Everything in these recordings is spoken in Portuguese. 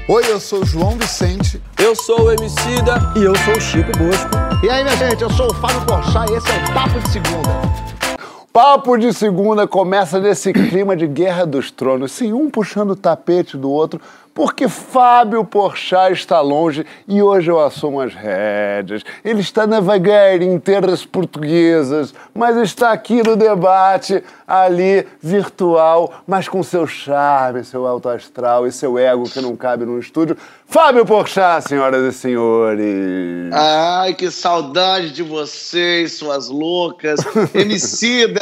Oi, eu sou o João Vicente. Eu sou o Emicida. E eu sou o Chico Bosco. E aí, minha gente, eu sou o Fábio Porchat e esse é o Papo de Segunda. Papo de Segunda começa nesse clima de Guerra dos Tronos, sim, um puxando o tapete do outro, porque Fábio Porchat está longe e hoje eu assumo as rédeas. Ele está a navegar em terras portuguesas, mas está aqui no debate, ali, virtual, mas com seu charme, seu alto astral e seu ego que não cabe num estúdio. Fábio Porchat, senhoras e senhores. Ai, que saudade de vocês, suas loucas. Emicida,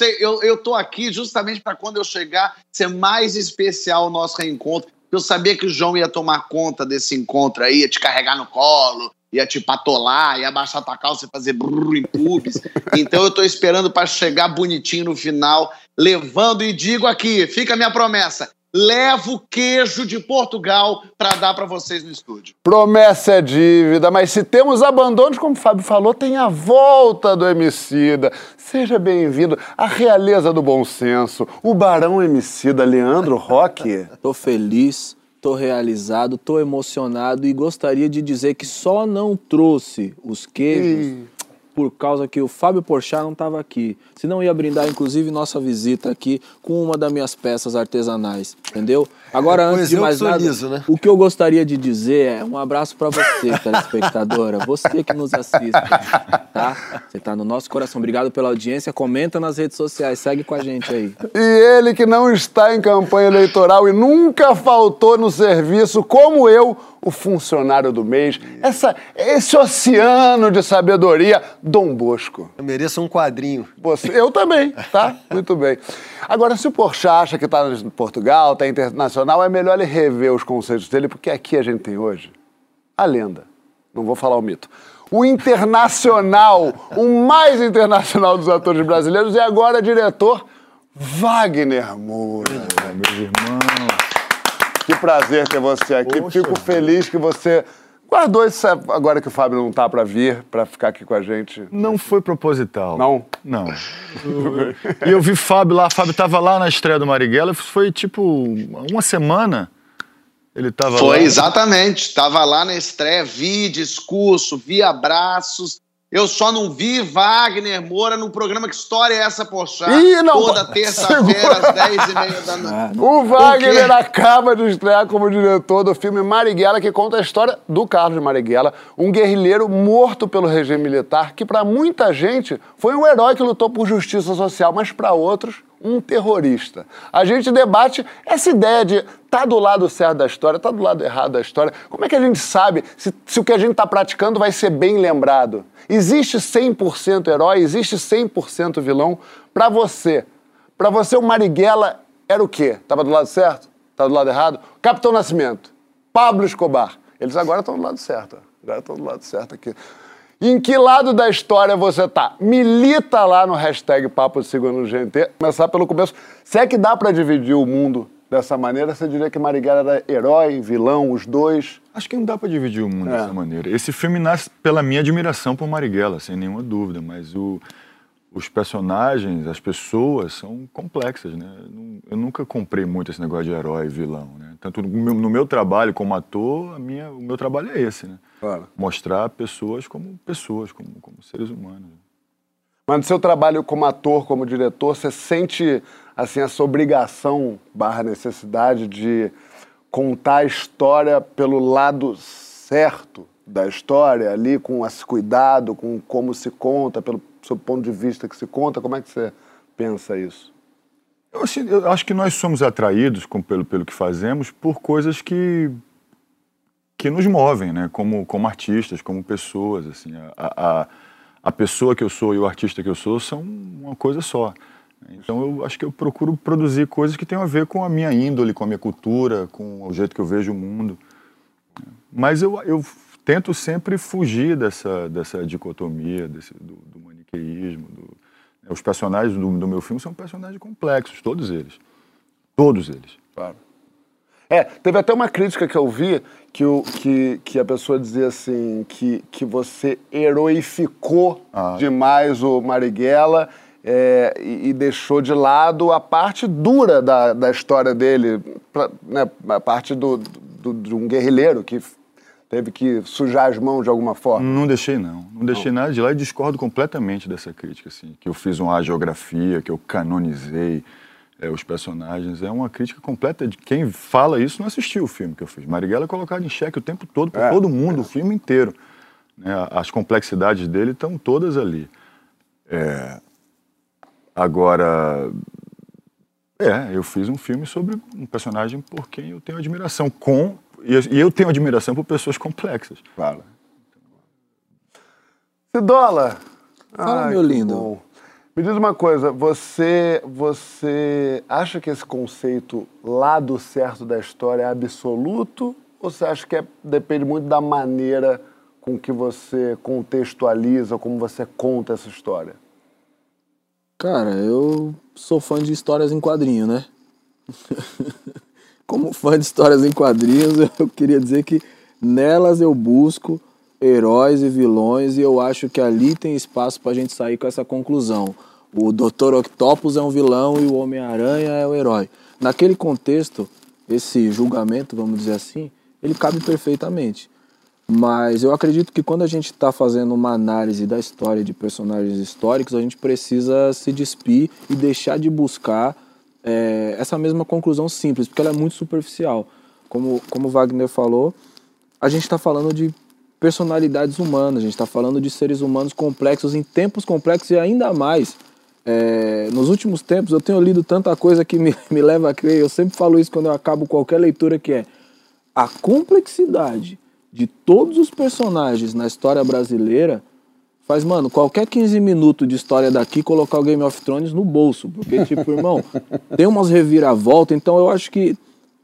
eu tô aqui justamente para quando eu chegar ser mais especial o nosso reencontro. Eu sabia que o João ia tomar conta desse encontro aí, ia te carregar no colo, ia te patolar, ia abaixar tua calça e fazer brrr em pubs. Então eu tô esperando para chegar bonitinho no final, levando, e digo aqui, fica a minha promessa, levo queijo de Portugal para dar para vocês no estúdio. Promessa é dívida, mas se temos abandonos, como o Fábio falou, tem a volta do Emicida. Seja bem-vindo à realeza do bom senso, o Barão Emicida, Leandro Roque. Tô feliz, tô realizado, tô emocionado e gostaria de dizer que só não trouxe os queijos por causa que o Fábio Porchat não estava aqui. Senão ia brindar, inclusive, nossa visita aqui com uma das minhas peças artesanais, entendeu? Agora, antes de mais nada, né? O que eu gostaria de dizer é um abraço para você, telespectadora, você que nos assiste, tá? Você tá no nosso coração. Obrigado pela audiência, comenta nas redes sociais, segue com a gente aí. E ele que não está em campanha eleitoral e nunca faltou no serviço, como eu, o funcionário do mês, esse oceano de sabedoria, Dom Bosco. Eu mereço um quadrinho. Eu também, tá? Muito bem. Agora, se o Porchat acha que está em Portugal, está internacional, é melhor ele rever os conceitos dele, porque aqui a gente tem hoje a lenda, não vou falar o mito, o internacional, o mais internacional dos atores brasileiros, e agora diretor Wagner Moura. Meus irmãos. Que prazer ter você aqui. Poxa, fico feliz que você guardou isso agora que o Fábio não tá para vir, para ficar aqui com a gente. Não foi proposital. Não? Não. E eu vi Fábio lá, Fábio tava lá na estreia do Marighella, foi tipo uma semana. Ele tava lá. Foi, exatamente. Tava lá na estreia, vi discurso, vi abraços. Eu só não vi Wagner Moura no programa Que História é Essa, Porchat? Toda terça-feira, às 10h30 da noite. O Wagner acaba de estrear como diretor do filme Marighella, que conta a história do Carlos de Marighella, um guerrilheiro morto pelo regime militar, que para muita gente foi um herói que lutou por justiça social, mas para outros, um terrorista. A gente debate essa ideia de tá do lado certo da história, tá do lado errado da história. Como é que a gente sabe se o que a gente está praticando vai ser bem lembrado? Existe 100% herói? Existe 100% vilão? Para você o Marighella era o quê? Tava do lado certo? Tava do lado errado? Capitão Nascimento, Pablo Escobar. Eles agora estão do lado certo. Agora estão do lado certo aqui. Em que lado da história você tá? Milita lá no hashtag Papo de Segunda no GNT. Começar pelo começo. Se é que dá para dividir o mundo dessa maneira, você diria que Marighella era herói, vilão, os dois? Acho que não dá para dividir o mundo dessa maneira. Esse filme nasce pela minha admiração por Marighella, sem nenhuma dúvida, mas os personagens, as pessoas são complexas, né? Eu nunca comprei muito esse negócio de herói e vilão, né? Tanto no meu trabalho como ator, o meu trabalho é esse, né? Claro. Mostrar pessoas, como seres humanos. Mas no seu trabalho como ator, como diretor, você sente assim, essa obrigação / necessidade de contar a história pelo lado certo da história, ali com esse cuidado, com como se conta, pelo seu ponto de vista que se conta? Como é que você pensa isso? Eu acho que nós somos atraídos pelo que fazemos por coisas que nos movem, né? Como artistas, como pessoas, assim. A pessoa que eu sou e o artista que eu sou são uma coisa só. Então eu acho que eu procuro produzir coisas que tenham a ver com a minha índole, com a minha cultura, com o jeito que eu vejo o mundo. Mas eu tento sempre fugir dessa dicotomia, do maniqueísmo. Os personagens do meu filme são personagens complexos, todos eles. Todos eles. Claro. Teve até uma crítica que eu vi que a pessoa dizia assim, que você heroificou demais o Marighella e deixou de lado a parte dura da história dele, né, a parte de um guerrilheiro que teve que sujar as mãos de alguma forma? Não deixei, não. Não deixei nada de lá e discordo completamente dessa crítica, assim. Que eu fiz uma hagiografia, que eu canonizei os personagens. É uma crítica completa de quem fala isso não assistiu o filme que eu fiz. Marighella é colocado em xeque o tempo todo por todo mundo, o filme inteiro. Né? As complexidades dele estão todas ali. Agora, eu fiz um filme sobre um personagem por quem eu tenho admiração, e eu tenho admiração por pessoas complexas. Fala. Cidola! Fala, meu lindo. Bom. Me diz uma coisa, você acha que esse conceito lado certo da história é absoluto, ou você acha que depende muito da maneira com que você contextualiza, como você conta essa história? Cara, eu sou fã de histórias em quadrinho, né? Como fã de histórias em quadrinhos, eu queria dizer que nelas eu busco heróis e vilões e eu acho que ali tem espaço pra gente sair com essa conclusão. O Dr. Octopus é um vilão e o Homem-Aranha é o herói. Naquele contexto, esse julgamento, vamos dizer assim, ele cabe perfeitamente. Mas eu acredito que quando a gente está fazendo uma análise da história de personagens históricos, a gente precisa se despir e deixar de buscar essa mesma conclusão simples, porque ela é muito superficial. Como o Wagner falou, a gente está falando de personalidades humanas, a gente está falando de seres humanos complexos, em tempos complexos e ainda mais. Nos últimos tempos eu tenho lido tanta coisa que me leva a crer, eu sempre falo isso quando eu acabo qualquer leitura, que é a complexidade de todos os personagens na história brasileira faz, mano, qualquer 15 minutos de história daqui colocar o Game of Thrones no bolso, porque, tipo, irmão, tem umas reviravoltas, então eu acho que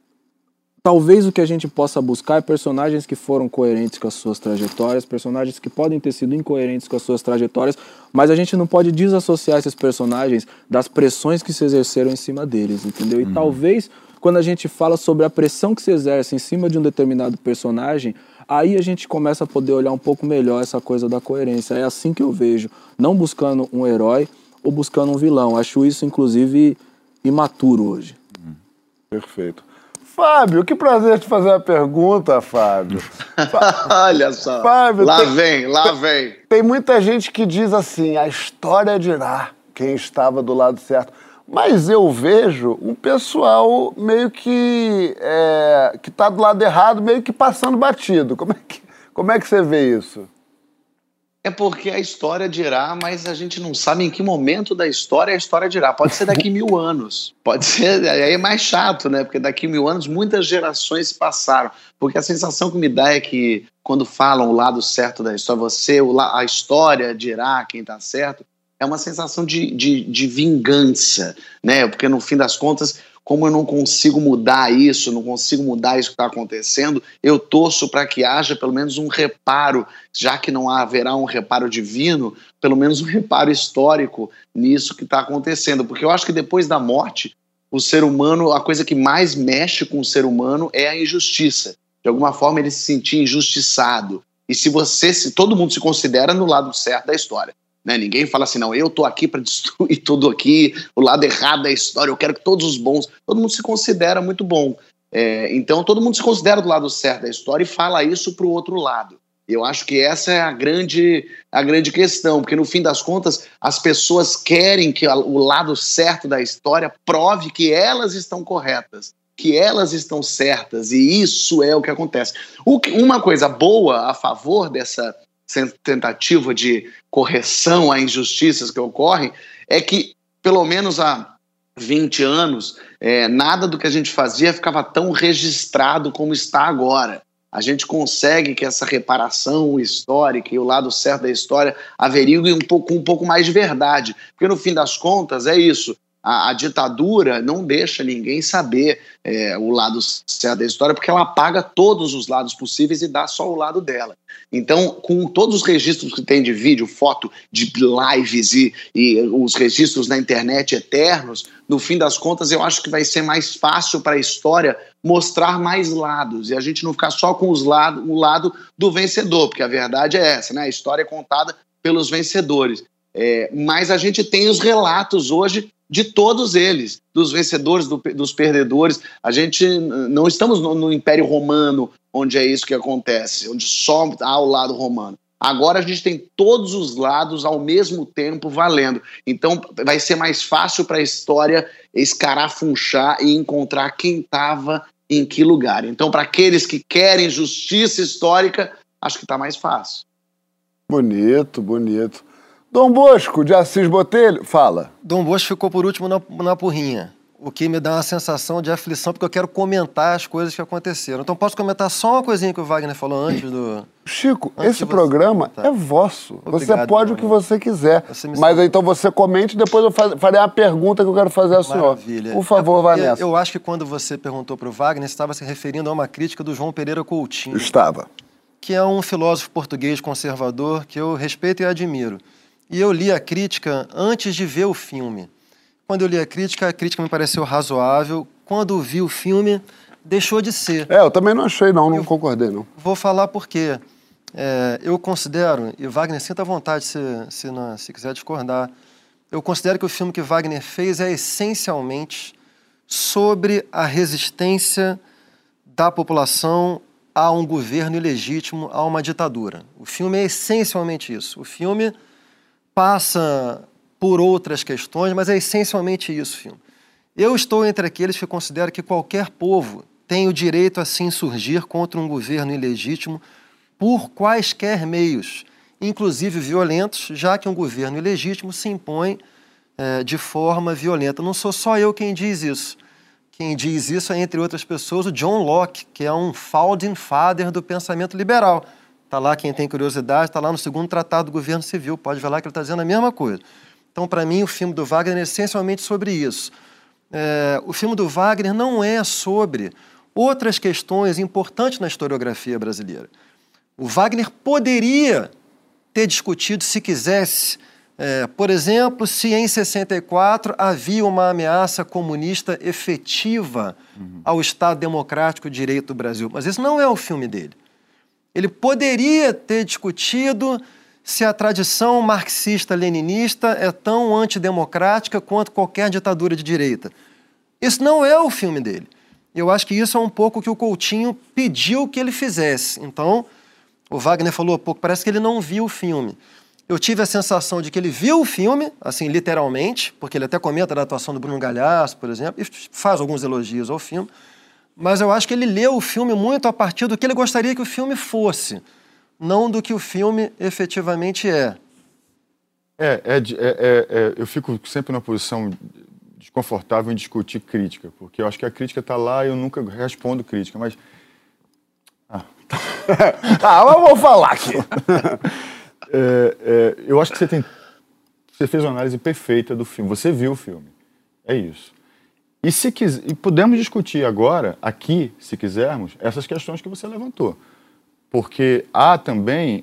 talvez o que a gente possa buscar é personagens que foram coerentes com as suas trajetórias, personagens que podem ter sido incoerentes com as suas trajetórias, mas a gente não pode desassociar esses personagens das pressões que se exerceram em cima deles, entendeu? E talvez, quando a gente fala sobre a pressão que se exerce em cima de um determinado personagem, aí a gente começa a poder olhar um pouco melhor essa coisa da coerência. É assim que eu vejo, não buscando um herói ou buscando um vilão. Acho isso, inclusive, imaturo hoje. Perfeito. Fábio, que prazer te fazer a pergunta, Fábio. Olha só, Fábio, lá vem. Tem muita gente que diz assim, a história dirá quem estava do lado certo. Mas eu vejo um pessoal meio que tá do lado errado, meio que passando batido. Como é que você vê isso? É porque a história dirá, mas a gente não sabe em que momento da história a história dirá. Pode ser daqui 1000 anos. Pode ser, aí é mais chato, né? Porque daqui 1000 anos muitas gerações se passaram. Porque a sensação que me dá é que quando falam o lado certo da história, a história dirá quem tá certo, é uma sensação de vingança, né? Porque no fim das contas, como eu não consigo mudar isso, não consigo mudar isso que está acontecendo, eu torço para que haja pelo menos um reparo, já que não haverá um reparo divino, pelo menos um reparo histórico nisso que está acontecendo. Porque eu acho que depois da morte, o ser humano, a coisa que mais mexe com o ser humano é a injustiça. De alguma forma ele se sentir injustiçado. E se todo mundo se considera no lado certo da história. Né? Ninguém fala assim, não, eu tô aqui para destruir tudo aqui, o lado errado da história, eu quero que todos os bons... Todo mundo se considera muito bom. Então, todo mundo se considera do lado certo da história e fala isso pro outro lado. Eu acho que essa é a grande questão, porque no fim das contas, as pessoas querem que o lado certo da história prove que elas estão corretas, que elas estão certas, e isso é o que acontece. Uma coisa boa a favor dessa tentativa de correção a injustiças que ocorrem, é que, pelo menos há 20 anos, nada do que a gente fazia ficava tão registrado como está agora. A gente consegue que essa reparação histórica e o lado certo da história averigue um pouco mais de verdade. Porque, no fim das contas, é isso. A ditadura não deixa ninguém saber o lado certo da história, porque ela apaga todos os lados possíveis e dá só o lado dela. Então, com todos os registros que tem de vídeo, foto, de lives e os registros na internet eternos, no fim das contas, eu acho que vai ser mais fácil para a história mostrar mais lados e a gente não ficar só com o lado do vencedor, porque a verdade é essa, né? A história é contada pelos vencedores. Mas a gente tem os relatos hoje de todos eles, dos vencedores, dos perdedores. A gente não estamos no Império Romano, onde é isso que acontece, onde só há o lado romano. Agora a gente tem todos os lados ao mesmo tempo valendo. Então vai ser mais fácil para a história escarafunchar e encontrar quem estava em que lugar. Então, para aqueles que querem justiça histórica, acho que está mais fácil. Bonito, bonito. Dom Bosco de Assis Botelho, fala. Dom Bosco ficou por último na porrinha, o que me dá uma sensação de aflição, porque eu quero comentar as coisas que aconteceram. Então posso comentar só uma coisinha que o Wagner falou antes do... Chico, esse programa é vosso. Obrigado, você pode o que você quiser. Mas então você comente e depois eu farei a pergunta que eu quero fazer ao senhor. Maravilha. Por favor, vá nessa. Eu acho que quando você perguntou para o Wagner, você estava se referindo a uma crítica do João Pereira Coutinho. Estava. Que é um filósofo português conservador que eu respeito e admiro. E eu li a crítica antes de ver o filme. Quando eu li a crítica me pareceu razoável. Quando vi o filme, deixou de ser. Eu também não achei, não concordei, não. Vou falar por quê. Eu considero, e Wagner, sinta à vontade se quiser discordar, eu considero que o filme que Wagner fez é essencialmente sobre a resistência da população a um governo ilegítimo, a uma ditadura. O filme é essencialmente isso. O filme passa por outras questões, mas é essencialmente isso o filme. Eu estou entre aqueles que consideram que qualquer povo tem o direito a se insurgir contra um governo ilegítimo por quaisquer meios, inclusive violentos, já que um governo ilegítimo se impõe de forma violenta. Não sou só eu quem diz isso. Quem diz isso é, entre outras pessoas, o John Locke, que é um founding father do pensamento liberal. Está lá, quem tem curiosidade, está lá no 2º Tratado do Governo Civil, pode ver lá que ele está dizendo a mesma coisa. Então, para mim, o filme do Wagner é essencialmente sobre isso. O filme do Wagner não é sobre outras questões importantes na historiografia brasileira. O Wagner poderia ter discutido, se quisesse, por exemplo, se em 64 havia uma ameaça comunista efetiva ao Estado Democrático de Direito do Brasil. Mas esse não é o filme dele. Ele poderia ter discutido se a tradição marxista-leninista é tão antidemocrática quanto qualquer ditadura de direita. Isso não é o filme dele. Eu acho que isso é um pouco o que o Coutinho pediu que ele fizesse. Então, o Wagner falou há pouco, parece que ele não viu o filme. Eu tive a sensação de que ele viu o filme, assim, literalmente, porque ele até comenta da atuação do Bruno Galhaço, por exemplo, e faz alguns elogios ao filme, mas eu acho que ele leu o filme muito a partir do que ele gostaria que o filme fosse, não do que o filme efetivamente é. Eu fico sempre numa posição desconfortável em discutir crítica, porque eu acho que a crítica está lá e eu nunca respondo crítica, mas... eu vou falar aqui. Eu acho que você fez uma análise perfeita do filme. Você viu o filme. É isso. E podemos discutir agora, aqui, se quisermos, essas questões que você levantou. Porque há também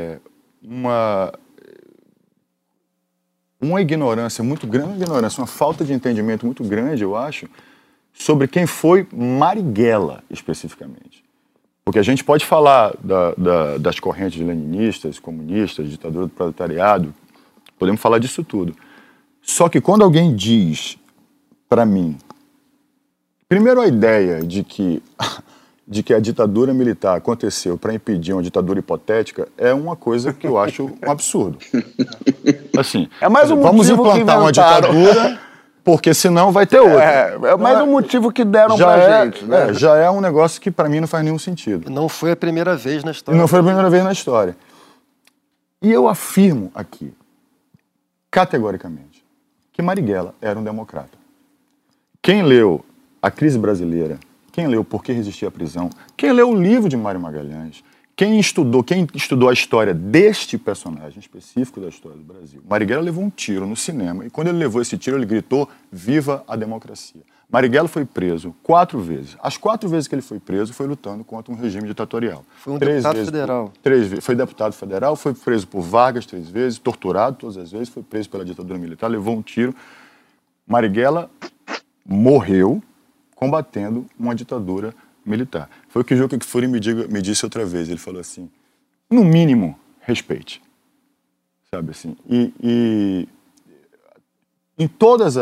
uma ignorância muito grande, uma falta de entendimento muito grande, eu acho, sobre quem foi Marighella, especificamente. Porque a gente pode falar das correntes leninistas, comunistas, ditadura do proletariado, podemos falar disso tudo. Só que quando alguém diz para mim, primeiro a ideia de que a ditadura militar aconteceu para impedir uma ditadura hipotética é uma coisa que eu acho um absurdo. Assim, vamos implantar uma ditadura... Porque senão vai ter outra. É mais um motivo que deram pra gente. Né? Já é um negócio que pra mim não faz nenhum sentido. Não foi a primeira vez na história. Não foi a primeira vez na história. E eu afirmo aqui, categoricamente, que Marighella era um democrata. Quem leu A Crise Brasileira, quem leu Por que Resistir à Prisão, quem leu o livro de Mário Magalhães, quem estudou a história deste personagem específico da história do Brasil, Marighella levou um tiro no cinema e quando ele levou esse tiro ele gritou: "Viva a democracia!". Marighella foi preso 4 vezes. As 4 vezes que ele foi preso foi lutando contra um regime ditatorial. Foi um deputado federal. 3 vezes. Foi deputado federal, foi preso por Vargas 3 vezes, torturado todas as vezes, foi preso pela ditadura militar, levou um tiro. Marighella morreu combatendo uma ditadura militar. Foi o que o Juca Kfouri me disse outra vez. Ele falou assim: no mínimo, respeite. Sabe assim? E em todas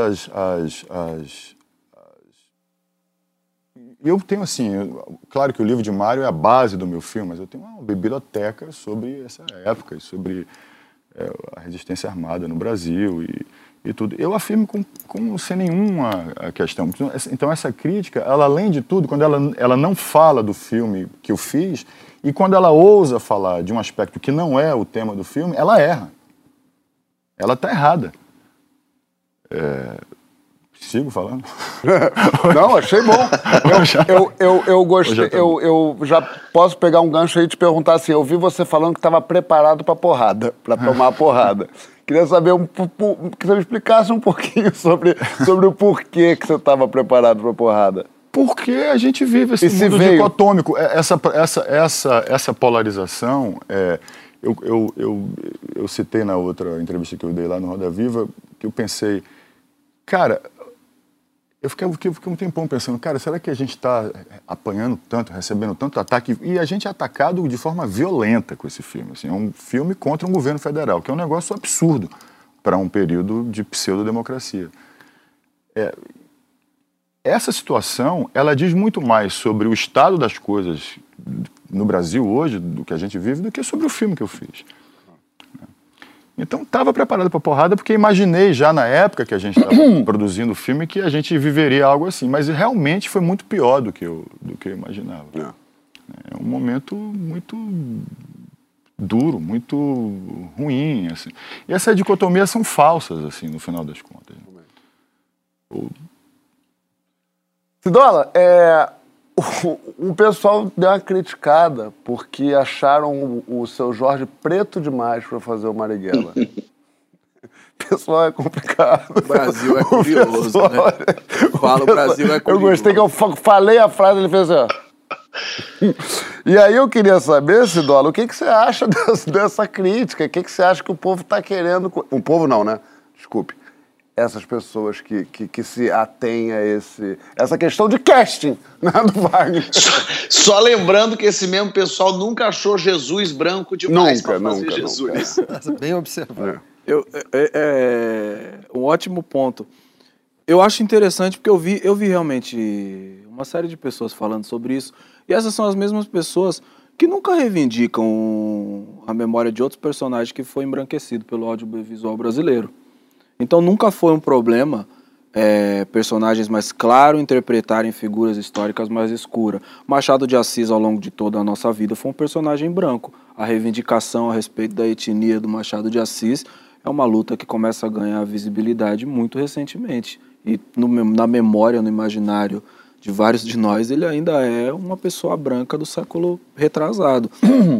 eu tenho assim, claro que o livro de Mário é a base do meu filme, mas eu tenho uma biblioteca sobre essa época e sobre a resistência armada no Brasil e tudo. Eu afirmo sem nenhuma questão. Então essa crítica, ela além de tudo, quando ela não fala do filme que eu fiz e quando ela ousa falar de um aspecto que não é o tema do filme, ela erra. Ela está errada. Sigo falando? Não, achei bom. Eu gostei. Eu já posso pegar um gancho aí e te perguntar assim, eu vi você falando que estava preparado para porrada, para tomar porrada. Queria saber que você me explicasse um pouquinho sobre o porquê que você estava preparado para porrada. Porque a gente vive esse mundo dicotômico. Essa polarização, eu citei na outra entrevista que eu dei lá no Roda Viva, que eu pensei, cara, eu fiquei um tempão pensando, cara, será que a gente está apanhando tanto, recebendo tanto ataque? E a gente é atacado de forma violenta com esse filme. Assim, é um filme contra um governo federal, que é um negócio absurdo para um período de pseudo-democracia. Essa situação, ela diz muito mais sobre o estado das coisas no Brasil hoje, do que a gente vive, do que sobre o filme que eu fiz. Então, estava preparado para porrada, porque imaginei já na época que a gente estava produzindo o filme que a gente viveria algo assim. Mas realmente foi muito pior do que eu imaginava. É um momento muito duro, muito ruim. Assim. E essas dicotomias são falsas, assim, no final das contas. Sidola, o pessoal deu uma criticada porque acharam o seu Jorge preto demais para fazer o Marighella. O pessoal é complicado. O Brasil é curioso, né? Fala, o Brasil é curioso. Eu gostei que eu falei a frase, ele fez assim, ó. E aí eu queria saber, Sidola, o que você acha dessa crítica? O que você acha que o povo está querendo... O povo não, né? Desculpe. Essas pessoas que se atêm a essa questão de casting, né, do Wagner. Só lembrando que esse mesmo pessoal nunca achou Jesus branco demais para fazer Jesus. Nunca. Bem observado. Um ótimo ponto. Eu acho interessante porque eu vi realmente uma série de pessoas falando sobre isso, e essas são as mesmas pessoas que nunca reivindicam a memória de outros personagens que foi embranquecido pelo audiovisual brasileiro. Então nunca foi um problema personagens mais claros interpretarem figuras históricas mais escuras. Machado de Assis, ao longo de toda a nossa vida, foi um personagem branco. A reivindicação a respeito da etnia do Machado de Assis é uma luta que começa a ganhar visibilidade muito recentemente. E na memória, no imaginário de vários de nós, ele ainda é uma pessoa branca do século retrasado.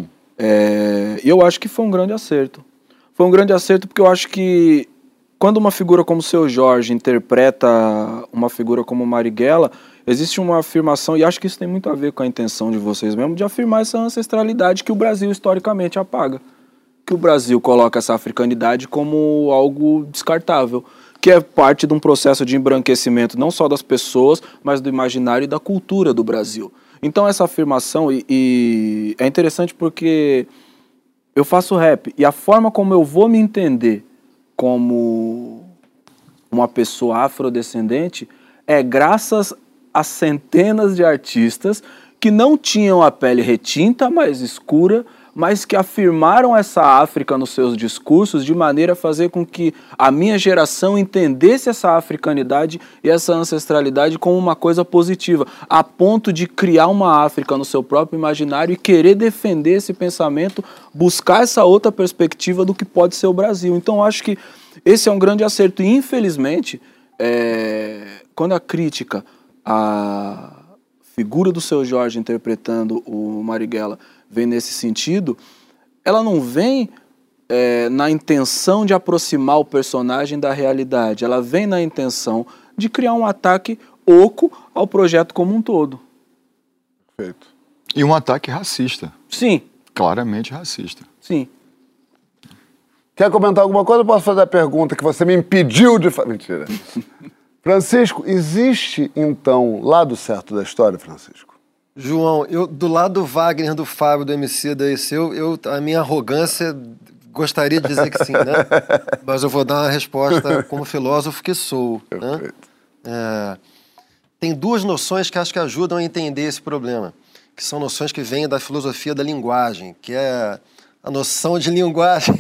E eu acho que foi um grande acerto. Foi um grande acerto porque eu acho que quando uma figura como o Seu Jorge interpreta uma figura como Marighella, existe uma afirmação, e acho que isso tem muito a ver com a intenção de vocês mesmo, de afirmar essa ancestralidade que o Brasil historicamente apaga. Que o Brasil coloca essa africanidade como algo descartável, que é parte de um processo de embranquecimento não só das pessoas, mas do imaginário e da cultura do Brasil. Então essa afirmação, e é interessante porque eu faço rap, e a forma como eu vou me entender como uma pessoa afrodescendente é graças a centenas de artistas que não tinham a pele retinta, mais escura, mas que afirmaram essa África nos seus discursos de maneira a fazer com que a minha geração entendesse essa africanidade e essa ancestralidade como uma coisa positiva, a ponto de criar uma África no seu próprio imaginário e querer defender esse pensamento, buscar essa outra perspectiva do que pode ser o Brasil. Então, eu acho que esse é um grande acerto. E, infelizmente, quando a crítica à figura do Seu Jorge interpretando o Marighella vem nesse sentido, ela não vem na intenção de aproximar o personagem da realidade, ela vem na intenção de criar um ataque oco ao projeto como um todo. Perfeito. E um ataque racista. Sim. Claramente racista. Sim. Quer comentar alguma coisa? Eu posso fazer a pergunta que você me impediu de fazer? Mentira. Francisco, existe, então, lado certo da história, Francisco? João, do lado do Wagner, do Fábio, do Emicida, a minha arrogância Gostaria de dizer que sim, né? Mas eu vou dar uma resposta como filósofo que sou, né? Tem duas noções que acho que ajudam a entender esse problema, que são noções que vêm da filosofia da linguagem, que é a noção de linguagem,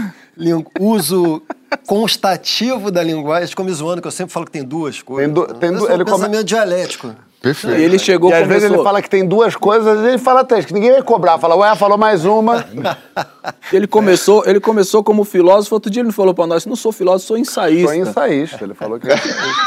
uso constativo da linguagem. Ficou me zoando, que eu sempre falo que tem duas coisas. Ele pensamento dialético. Perfeito. E ele chegou... E às vezes ele fala que tem duas coisas, ele fala três, que ninguém vai cobrar. Fala, ué, falou mais uma. Ele começou como filósofo, outro dia ele falou pra nós, não sou filósofo, sou ensaísta. Sou ensaísta, ele falou que é ensaísta.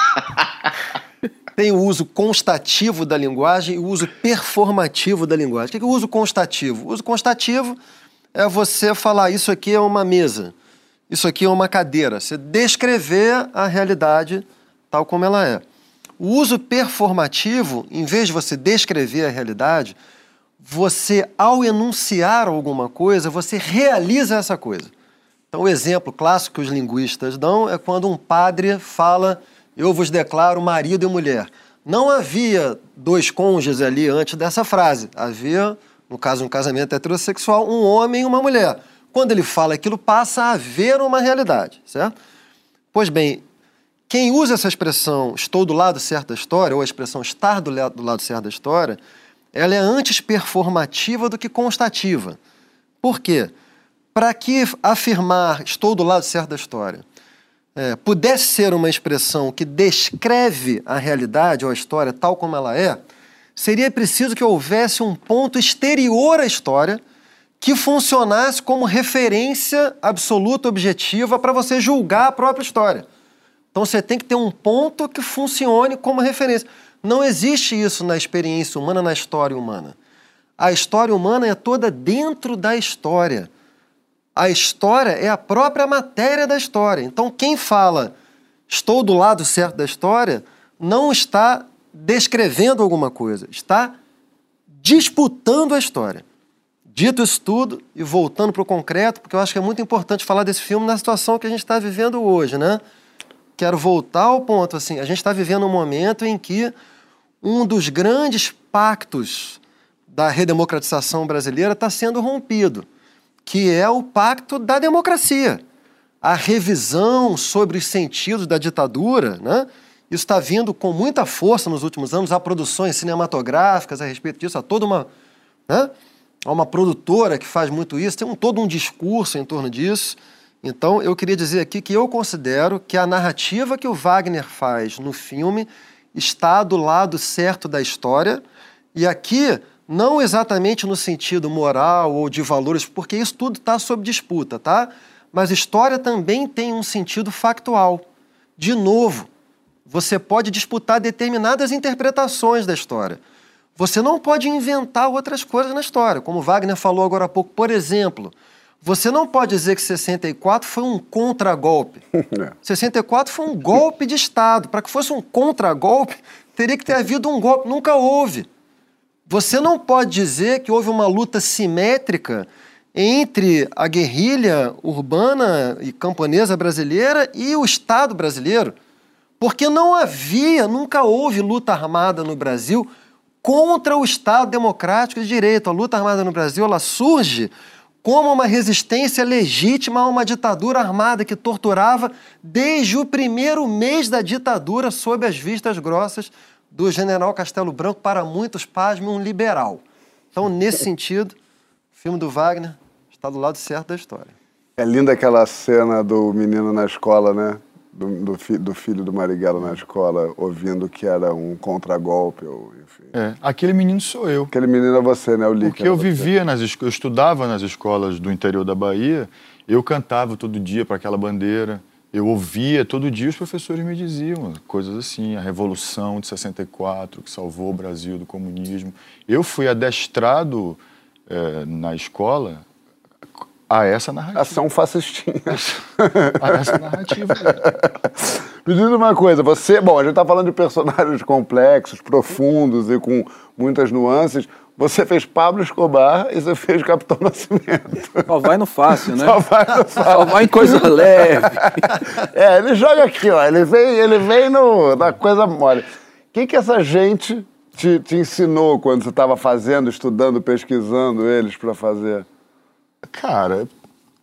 Tem o uso constativo da linguagem e o uso performativo da linguagem. O que é o uso constativo? O uso constativo é você falar, isso aqui é uma mesa, isso aqui é uma cadeira. Você descrever a realidade tal como ela é. O uso performativo, em vez de você descrever a realidade, você, ao enunciar alguma coisa, você realiza essa coisa. Então, o exemplo clássico que os linguistas dão é quando um padre fala, eu vos declaro marido e mulher. Não havia dois cônjuges ali antes dessa frase. Havia, no caso de um casamento heterossexual, um homem e uma mulher. Quando ele fala aquilo, passa a haver uma realidade, certo? Pois bem, quem usa essa expressão estou do lado certo da história, ou a expressão estar do lado certo da história, ela é antes performativa do que constativa. Por quê? Para que afirmar estou do lado certo da história pudesse ser uma expressão que descreve a realidade ou a história tal como ela é, seria preciso que houvesse um ponto exterior à história que funcionasse como referência absoluta, objetiva, para você julgar a própria história. Então você tem que ter um ponto que funcione como referência. Não existe isso na experiência humana, na história humana. A história humana é toda dentro da história. A história é a própria matéria da história. Então quem fala estou do lado certo da história não está descrevendo alguma coisa, está disputando a história. Dito isso tudo, e voltando para o concreto, porque eu acho que é muito importante falar desse filme na situação que a gente está vivendo hoje, né? Quero voltar ao ponto, assim, a gente está vivendo um momento em que um dos grandes pactos da redemocratização brasileira está sendo rompido, que é o pacto da democracia. A revisão sobre os sentidos da ditadura, né? Isso está vindo com muita força nos últimos anos, há produções cinematográficas a respeito disso, há toda uma... né? Há uma produtora que faz muito isso, tem todo um discurso em torno disso. Então, eu queria dizer aqui que eu considero que a narrativa que o Wagner faz no filme está do lado certo da história, e aqui, não exatamente no sentido moral ou de valores, porque isso tudo está sob disputa, tá? Mas história também tem um sentido factual. De novo, você pode disputar determinadas interpretações da história. Você não pode inventar outras coisas na história, como Wagner falou agora há pouco. Por exemplo, você não pode dizer que 64 foi um contragolpe. 64 foi um golpe de Estado. Para que fosse um contragolpe, teria que ter havido um golpe. Nunca houve. Você não pode dizer que houve uma luta simétrica entre a guerrilha urbana e camponesa brasileira e o Estado brasileiro, porque não havia, nunca houve luta armada no Brasil contra o Estado democrático de direito. A luta armada no Brasil, ela surge como uma resistência legítima a uma ditadura armada que torturava desde o primeiro mês da ditadura sob as vistas grossas do general Castelo Branco, para muitos, pasme, um liberal. Então, nesse sentido, o filme do Wagner está do lado certo da história. É linda aquela cena do menino na escola, né? Do filho do Marighella na escola, ouvindo que era um contragolpe, ou enfim. Aquele menino sou eu. Aquele menino é você, né? Porque eu vivia eu estudava nas escolas do interior da Bahia, eu cantava todo dia para aquela bandeira, eu ouvia todo dia, os professores me diziam coisas assim, a Revolução de 64, que salvou o Brasil do comunismo. Eu fui adestrado na escola a essa narrativa. Ação fascistinha. A essa narrativa. Me diz uma coisa, bom, a gente tá falando de personagens complexos, profundos e com muitas nuances. Você fez Pablo Escobar e você fez Capitão Nascimento. Só vai no fácil, né? Só vai no fácil. Só vai em coisa leve. Ele joga aqui, ó. Ele vem na coisa mole. O que essa gente te ensinou quando você estava fazendo, estudando, pesquisando eles para fazer? Cara,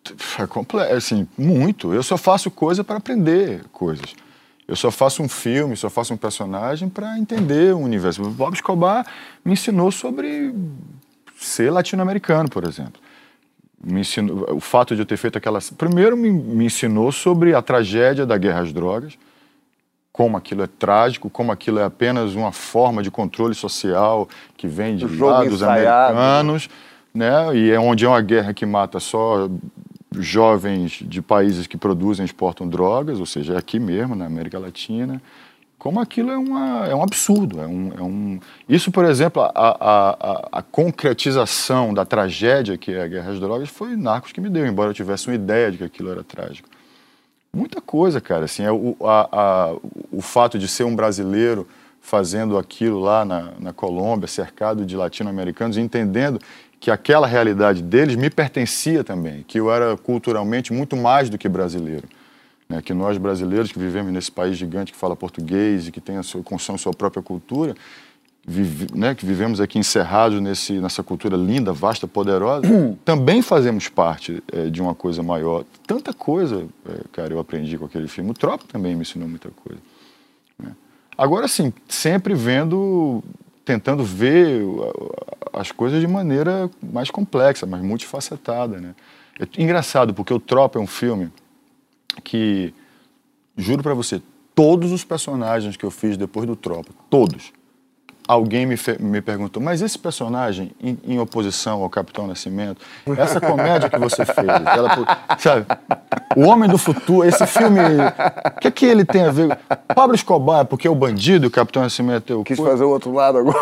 É complexo, assim, muito. Eu só faço coisa para aprender coisas. Eu só faço um filme, só faço um personagem para entender o universo. O Bob Escobar me ensinou sobre ser latino-americano, por exemplo. Me ensinou, o fato de eu ter feito aquela... Primeiro, me ensinou sobre a tragédia da guerra às drogas, como aquilo é trágico, como aquilo é apenas uma forma de controle social que vem de lá dos americanos, né? E é onde é uma guerra que mata só jovens de países que produzem e exportam drogas, ou seja, é aqui mesmo, na América Latina. Como aquilo é um absurdo. Isso, por exemplo, a concretização da tragédia que é a guerra às drogas foi Narcos que me deu, embora eu tivesse uma ideia de que aquilo era trágico. Muita coisa, cara. Assim, o fato de ser um brasileiro fazendo aquilo lá na Colômbia, cercado de latino-americanos, entendendo que aquela realidade deles me pertencia também, que eu era culturalmente muito mais do que brasileiro. Né? Que nós brasileiros que vivemos nesse país gigante que fala português e que tem construção sua própria cultura, né? Que vivemos aqui encerrados nessa cultura linda, vasta, poderosa, também fazemos parte de uma coisa maior. Tanta coisa, cara, eu aprendi com aquele filme. O Tropa também me ensinou muita coisa. Né? Agora, sim, sempre tentando ver as coisas de maneira mais complexa, mais multifacetada, né? É engraçado, porque o Tropa é um filme que, juro pra você, todos os personagens que eu fiz depois do Tropa, todos, alguém me perguntou, mas esse personagem, em oposição ao Capitão Nascimento, essa comédia que você fez, sabe, O Homem do Futuro, esse filme, o que ele tem a ver? Pablo Escobar, porque é o bandido, o Capitão Nascimento é o... Quis fazer o outro lado agora.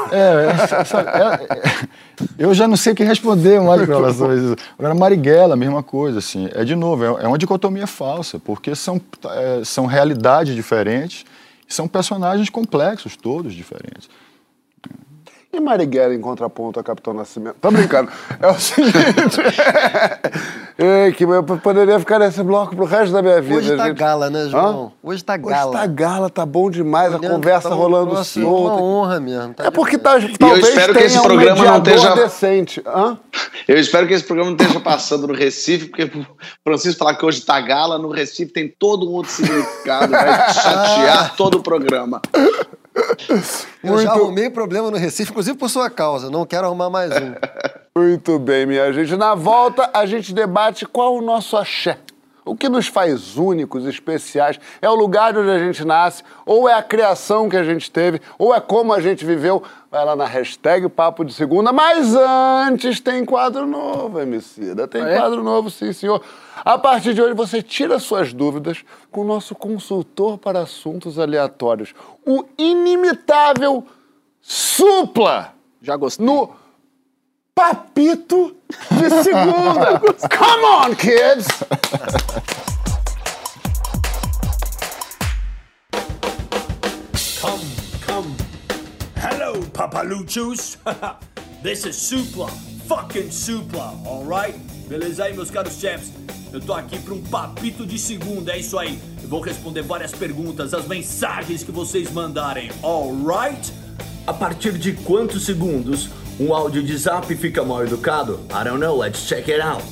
Eu já não sei o que responder mais com relação a isso. Agora, Marighella, a mesma coisa, assim, de novo, é uma dicotomia falsa, porque são realidades diferentes, são personagens complexos, todos diferentes. E Marighella em contraponto a Capitão Nascimento? Tô brincando. É o seguinte... que eu poderia ficar nesse bloco pro resto da minha vida. Hoje tá gala, né, João? Hoje tá gala. Hoje tá gala, tá bom demais. A conversa rolando solta. É uma honra mesmo. É porque talvez eu espero que esse programa não esteja decente. Eu espero que esse programa não esteja passando no Recife, porque o Francisco falar que hoje tá gala, no Recife tem todo um outro significado, vai chatear todo o programa. Eu já arrumei problema no Recife, inclusive por sua causa. Não quero arrumar mais um. Muito bem, minha gente. Na volta, a gente debate qual o nosso axé. O que nos faz únicos, especiais? É o lugar onde a gente nasce? Ou é a criação que a gente teve? Ou é como a gente viveu? Vai lá na hashtag Papo de Segunda. Mas antes tem quadro novo, Emicida. Tem quadro novo, sim, senhor. A partir de hoje você tira suas dúvidas com o nosso consultor para assuntos aleatórios. O inimitável Supla. Já gostei. No Papito de Segunda. Come on, kids! Come. Hello, Papaluchos. This is Supla. Fucking Supla, alright? Beleza aí, meus caros chefs? Eu tô aqui pra um papito de segunda, é isso aí. Eu vou responder várias perguntas, as mensagens que vocês mandarem, alright? A partir de quantos segundos um áudio de zap fica mal educado? I don't know, let's check it out.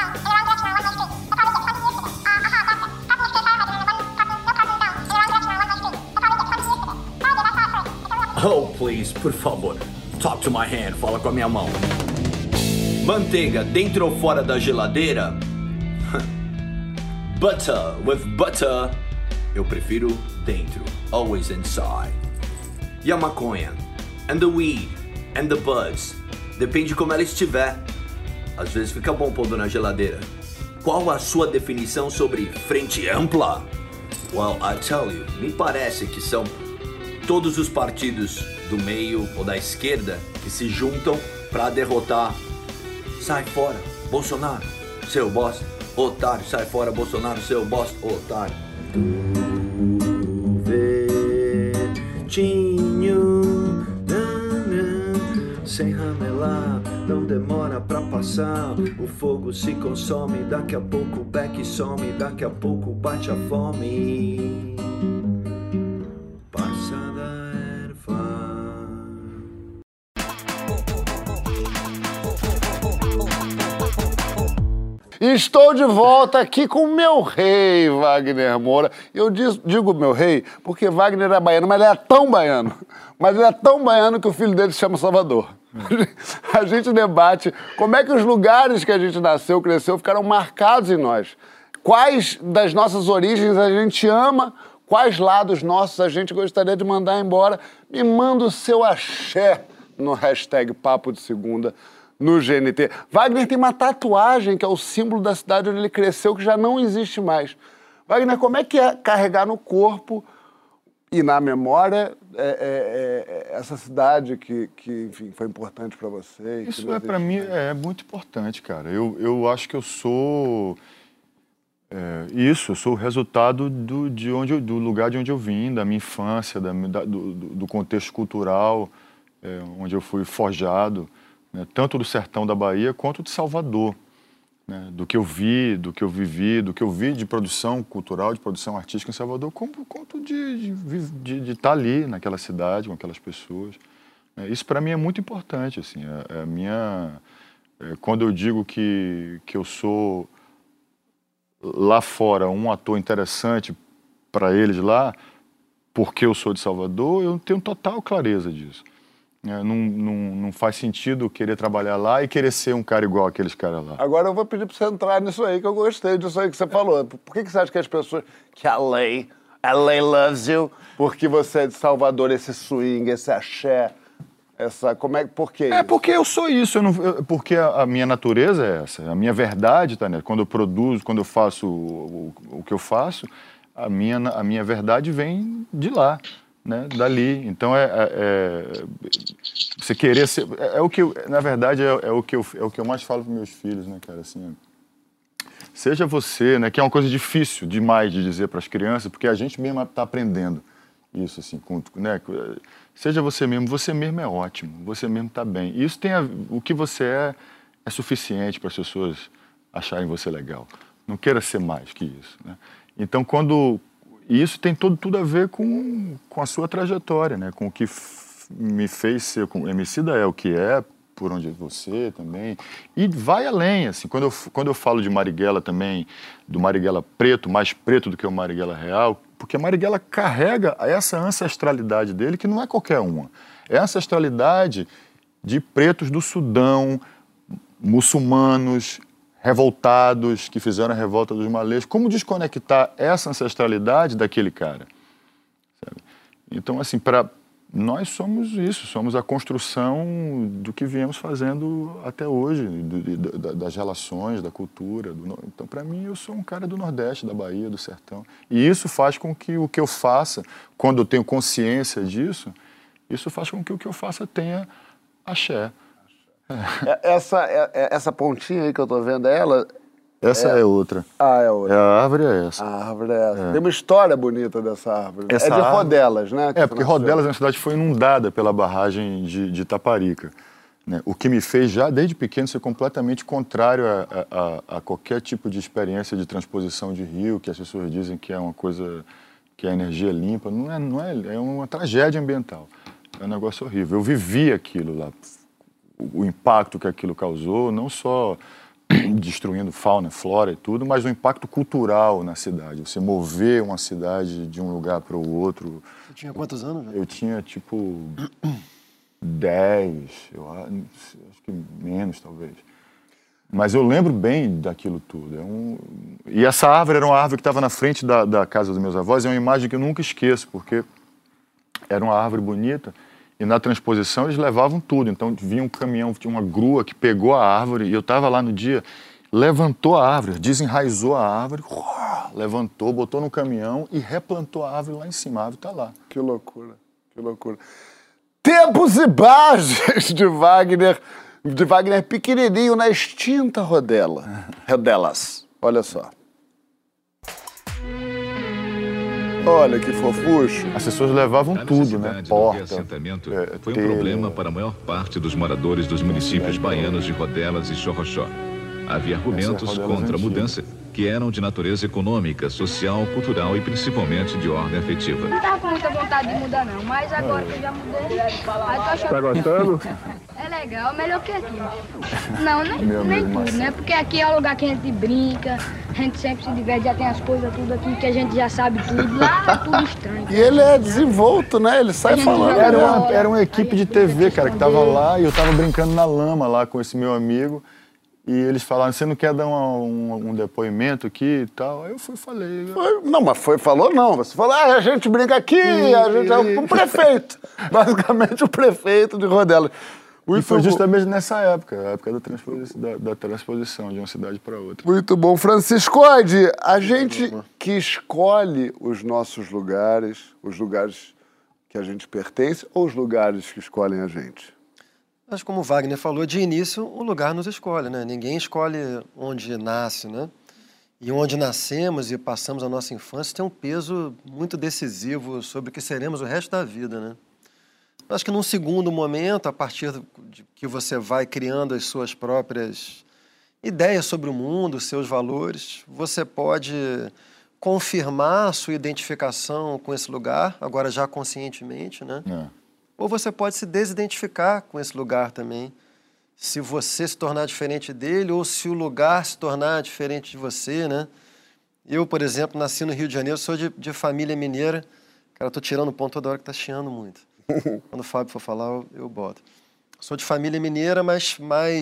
Oh, please, por favor, talk to my hand, fala com a minha mão. Manteiga dentro ou fora da geladeira? Butter with butter. Eu prefiro dentro, always inside. E a maconha? And the weed? And the buds? Depende de como ela estiver. Às vezes fica bom pondo na geladeira. Qual a sua definição sobre frente ampla? Well, I tell you, me parece que são todos os partidos do meio ou da esquerda que se juntam para derrotar. Sai fora, Bolsonaro, seu bosta, otário. Sai fora, Bolsonaro, seu bosta, otário. Verdinho, sem ramelar, não demora pra passar. O fogo se consome, daqui a pouco o beck some, daqui a pouco bate a fome. Estou de volta aqui com o meu rei, Wagner Moura. Eu digo meu rei porque Wagner é baiano, mas ele é tão baiano. Mas ele é tão baiano que o filho dele se chama Salvador. A gente debate como é que os lugares que a gente nasceu, cresceu, ficaram marcados em nós. Quais das nossas origens a gente ama, quais lados nossos a gente gostaria de mandar embora. Me manda o seu axé no hashtag Papo de Segunda no GNT. Wagner tem uma tatuagem que é o símbolo da cidade onde ele cresceu, que já não existe mais. Wagner, como é que é carregar no corpo e na memória essa cidade que enfim, foi importante para você? Isso para mim é muito importante, cara. Eu acho que eu sou... eu sou o resultado do lugar de onde eu vim, da minha infância, do contexto cultural, onde eu fui forjado, né, tanto do sertão da Bahia quanto de Salvador. Né, do que eu vi, do que eu vivi, do que eu vi de produção cultural, de produção artística em Salvador, quanto de estar ali naquela cidade, com aquelas pessoas. Isso para mim é muito importante. Assim, quando eu digo que eu sou lá fora um ator interessante para eles lá, porque eu sou de Salvador, eu tenho total clareza disso. Não faz sentido querer trabalhar lá e querer ser um cara igual aqueles caras lá. Agora eu vou pedir para você entrar nisso aí, que eu gostei disso aí que você falou. Por que você acha que as pessoas... Que LA loves you, porque você é de Salvador, esse swing, esse axé, por que isso? Porque eu sou isso, porque a minha natureza é essa, a minha verdade, tá, né? Quando eu produzo, quando eu faço o que eu faço, a minha verdade vem de lá. Né, dali. Então você querer ser, o que na verdade é o que eu mais falo para meus filhos, né, cara, assim, seja você, né, que é uma coisa difícil demais de dizer para as crianças, porque a gente mesmo está aprendendo isso, assim, né, seja você mesmo é ótimo, você mesmo está bem. E isso o que você é suficiente para as pessoas acharem você legal. Não queira ser mais que isso, né? Então e isso tem tudo a ver com a sua trajetória, né? Com o que me fez ser... O Emicida é o que é, por onde você também. E vai além, assim. Quando eu falo de Marighella também, do Marighella preto, mais preto do que o Marighella real, porque Marighella carrega essa ancestralidade dele, que não é qualquer uma. É a ancestralidade de pretos do Sudão, muçulmanos, revoltados, que fizeram a revolta dos malês. Como desconectar essa ancestralidade daquele cara? Sabe? Então, assim, nós somos isso, somos a construção do que viemos fazendo até hoje, das relações, da cultura. Então, para mim, eu sou um cara do Nordeste, da Bahia, do Sertão. E isso faz com que o que eu faça, quando eu tenho consciência disso, isso faz com que o que eu faça tenha axé. Essa pontinha aí que eu tô vendo, Essa é outra. É outra. A árvore é essa. A árvore é essa. Tem uma história bonita dessa árvore. Essa de Rodelas, né? Porque Rodelas, na cidade, foi inundada pela barragem de Itaparica. Né? O que me fez, já desde pequeno, ser completamente contrário a qualquer tipo de experiência de transposição de rio, que as pessoas dizem que é uma coisa, que é energia limpa. Não é uma tragédia ambiental. É um negócio horrível. Eu vivi aquilo lá. O impacto que aquilo causou, não só destruindo fauna, flora e tudo, mas o impacto cultural na cidade. Você mover uma cidade de um lugar para o outro. Você tinha quantos anos? Né? Eu tinha, tipo, 10, eu acho que menos, talvez. Mas eu lembro bem daquilo tudo. E essa árvore era uma árvore que estava na frente da casa dos meus avós. É uma imagem que eu nunca esqueço, porque era uma árvore bonita. E na transposição eles levavam tudo. Então vinha um caminhão, tinha uma grua que pegou a árvore, e eu estava lá no dia, levantou a árvore, desenraizou a árvore, levantou, botou no caminhão e replantou a árvore lá em cima. A árvore está lá. Que loucura, que loucura. Tempos e bases de Wagner pequenininho na extinta Rodelas. Olha só. Olha que fofucho. As pessoas levavam tudo, né? Porta, assentamento foi um problema para a maior parte dos moradores dos municípios baianos de Rodelas e Xorroxó. Havia argumentos contra a mudança que eram de natureza econômica, social, cultural e principalmente de ordem afetiva. Não tava com muita vontade de mudar não, mas agora que eu já mudei, aí tô achando... Tá gostando? É legal, melhor que aqui. Não, nem tudo, né? Porque aqui é o lugar que a gente brinca, a gente sempre se diverte, já tem as coisas tudo aqui que a gente já sabe tudo. Lá é tudo estranho. E ele é desenvolto, né? Ele sai falando. Era uma equipe de TV, cara, que tava lá e eu tava brincando na lama lá com esse meu amigo. E eles falaram, você não quer dar um depoimento aqui e tal? Aí eu falei. Não, mas falou não. Você falou, a gente brinca aqui, a gente é o prefeito. Basicamente o prefeito de Rodelas. E foi justamente nessa época, a época da transposição de uma cidade para outra. Muito bom. Franciscoide, a gente que escolhe os nossos lugares, os lugares que a gente pertence ou os lugares que escolhem a gente? Mas como o Wagner falou, de início o lugar nos escolhe, né? Ninguém escolhe onde nasce, né? E onde nascemos e passamos a nossa infância tem um peso muito decisivo sobre o que seremos o resto da vida, né? Acho que num segundo momento, a partir de que você vai criando as suas próprias ideias sobre o mundo, seus valores, você pode confirmar a sua identificação com esse lugar, agora já conscientemente, né? Ou você pode se desidentificar com esse lugar também, se você se tornar diferente dele ou se o lugar se tornar diferente de você, né? Eu, por exemplo, nasci no Rio de Janeiro, sou de família mineira. Cara, eu tô tirando o ponto toda hora que tá chiando muito. Quando o Fábio for falar, eu boto. Sou de família mineira, mas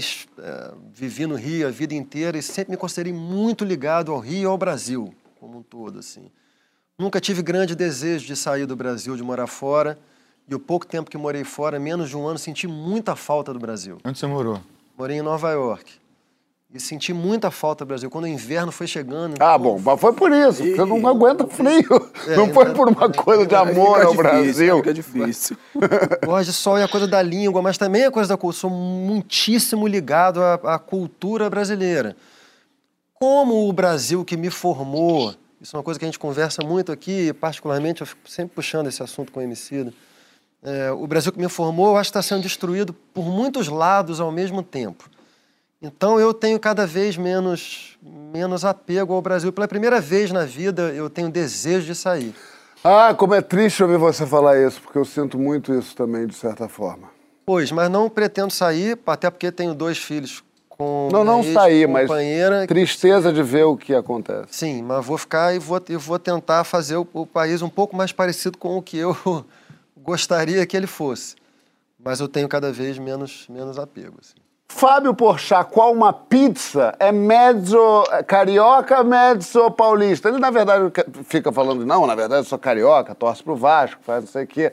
vivi no Rio a vida inteira e sempre me considerei muito ligado ao Rio e ao Brasil, como um todo, assim. Nunca tive grande desejo de sair do Brasil, de morar fora. E o pouco tempo que morei fora, menos de um ano, senti muita falta do Brasil. Onde você morou? Morei em Nova York. E senti muita falta do Brasil. Quando o inverno foi chegando... Bom, mas foi por isso. Você não aguenta frio. Não foi por uma coisa de amor ao Brasil. Fica difícil. Gosto de sol e a coisa da língua, mas também a coisa da cultura. Sou muitíssimo ligado à cultura brasileira. Como o Brasil que me formou... Isso é uma coisa que a gente conversa muito aqui, particularmente, eu fico sempre puxando esse assunto com o Emicida. O Brasil que me formou, eu acho que está sendo destruído por muitos lados ao mesmo tempo. Então, eu tenho cada vez menos apego ao Brasil. Pela primeira vez na vida, eu tenho desejo de sair. Como é triste ouvir você falar isso, porque eu sinto muito isso também, de certa forma. Pois, mas não pretendo sair, até porque tenho 2 filhos com não sair, mas companheira. Tristeza de ver o que acontece. Sim, mas vou ficar e vou tentar fazer o país um pouco mais parecido com o que eu gostaria que ele fosse. Mas eu tenho cada vez menos apego. Assim. Fábio Porchat, qual uma pizza é mezzo carioca, mezzo paulista? Ele, na verdade, fica falando, não, na verdade, eu sou carioca, torce pro Vasco, faz não sei o quê.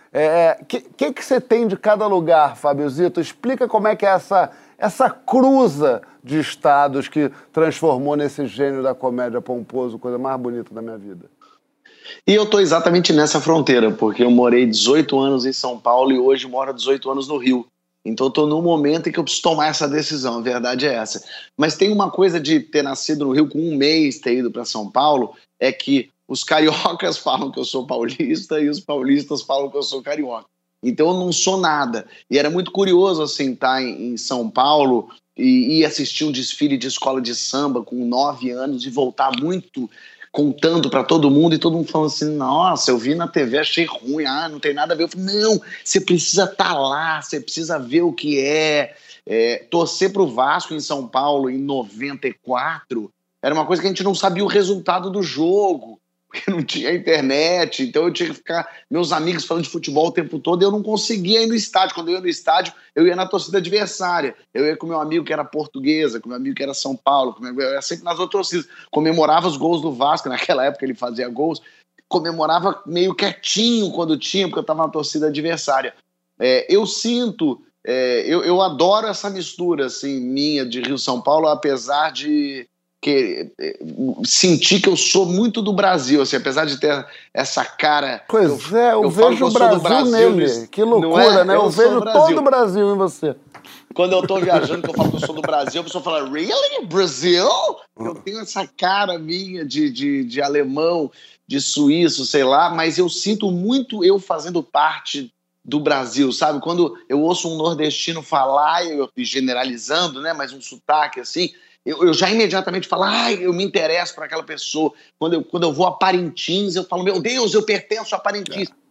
Que você tem de cada lugar, Fábiozito? Explica como é que é essa cruza de estados que transformou nesse gênio da comédia pomposo, coisa mais bonita da minha vida. E eu tô exatamente nessa fronteira, porque eu morei 18 anos em São Paulo e hoje moro 18 anos no Rio. Então eu tô num momento em que eu preciso tomar essa decisão, a verdade é essa. Mas tem uma coisa de ter nascido no Rio com um mês, ter ido para São Paulo, é que os cariocas falam que eu sou paulista e os paulistas falam que eu sou carioca. Então eu não sou nada. E era muito curioso, assim, estar em São Paulo e ir assistir um desfile de escola de samba com 9 anos e voltar muito contando para todo mundo e todo mundo falando assim, nossa, eu vi na TV, achei ruim, não tem nada a ver. Eu falei, não, você precisa estar lá, você precisa ver o que torcer pro Vasco em São Paulo em 94 era uma coisa que a gente não sabia o resultado do jogo, porque não tinha internet, então eu tinha que ficar, meus amigos falando de futebol o tempo todo, e eu não conseguia ir no estádio. Quando eu ia no estádio, eu ia na torcida adversária, eu ia com meu amigo que era Portuguesa, com meu amigo que era São Paulo, eu ia sempre nas outras torcidas, comemorava os gols do Vasco, naquela época ele fazia gols, comemorava meio quietinho quando tinha, porque eu estava na torcida adversária. Eu sinto, eu adoro essa mistura assim, minha de Rio-São Paulo, apesar de sentir que eu sou muito do Brasil, assim, apesar de ter essa cara... Pois eu vejo o Brasil nele, que loucura, né? Eu vejo todo o Brasil em você. Quando eu tô viajando, que eu falo que eu sou do Brasil, a pessoa fala, really? Brasil? Eu tenho essa cara minha de alemão, de suíço, sei lá, mas eu sinto muito eu fazendo parte do Brasil, sabe? Quando eu ouço um nordestino falar, eu generalizando, né, mas um sotaque assim... Eu já imediatamente falo, eu me interesso por aquela pessoa. Quando eu vou a Parintins, eu falo, meu Deus, eu pertenço a Parintins.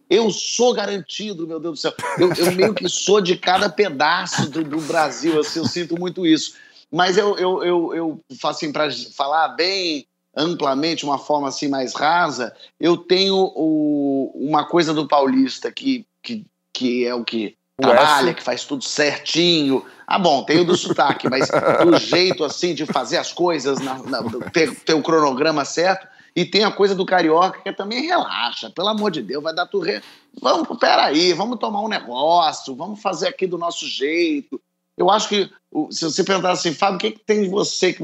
Eu sou garantido, meu Deus do céu. Eu meio que sou de cada pedaço do Brasil, assim, eu sinto muito isso. Mas eu assim, para falar bem amplamente, uma forma assim mais rasa, eu tenho uma coisa do paulista que é o que trabalha, que faz tudo certinho. Ah, bom, tem o do sotaque, mas do jeito assim de fazer as coisas, ter o cronograma certo. E tem a coisa do carioca que também relaxa, pelo amor de Deus, vai dar tudo. Peraí, vamos tomar um negócio, vamos fazer aqui do nosso jeito. Eu acho que, se você perguntar assim, Fábio, o que tem de você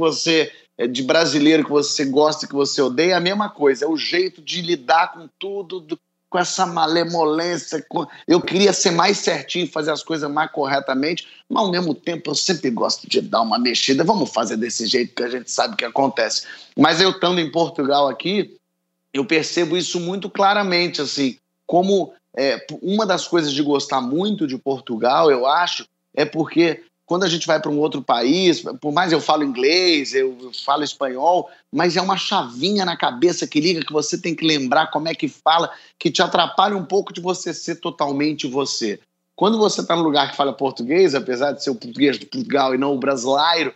de brasileiro, que você gosta, que você odeia, é a mesma coisa, é o jeito de lidar com tudo, com essa malemolência. Eu queria ser mais certinho, fazer as coisas mais corretamente, mas ao mesmo tempo eu sempre gosto de dar uma mexida. Vamos fazer desse jeito que a gente sabe o que acontece. Mas eu estando em Portugal aqui, eu percebo isso muito claramente, assim, como uma das coisas de gostar muito de Portugal, eu acho, é porque quando a gente vai para um outro país, por mais eu falo inglês, eu falo espanhol, mas é uma chavinha na cabeça que liga, que você tem que lembrar como é que fala, que te atrapalha um pouco de você ser totalmente você. Quando você está num lugar que fala português, apesar de ser o português de Portugal e não o brasileiro,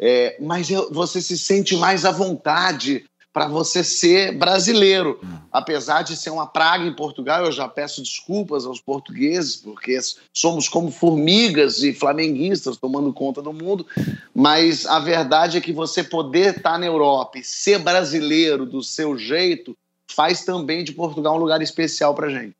mas você se sente mais à vontade para você ser brasileiro. Apesar de ser uma praga em Portugal, eu já peço desculpas aos portugueses, porque somos como formigas e flamenguistas tomando conta do mundo, mas a verdade é que você poder estar na Europa e ser brasileiro do seu jeito faz também de Portugal um lugar especial para gente.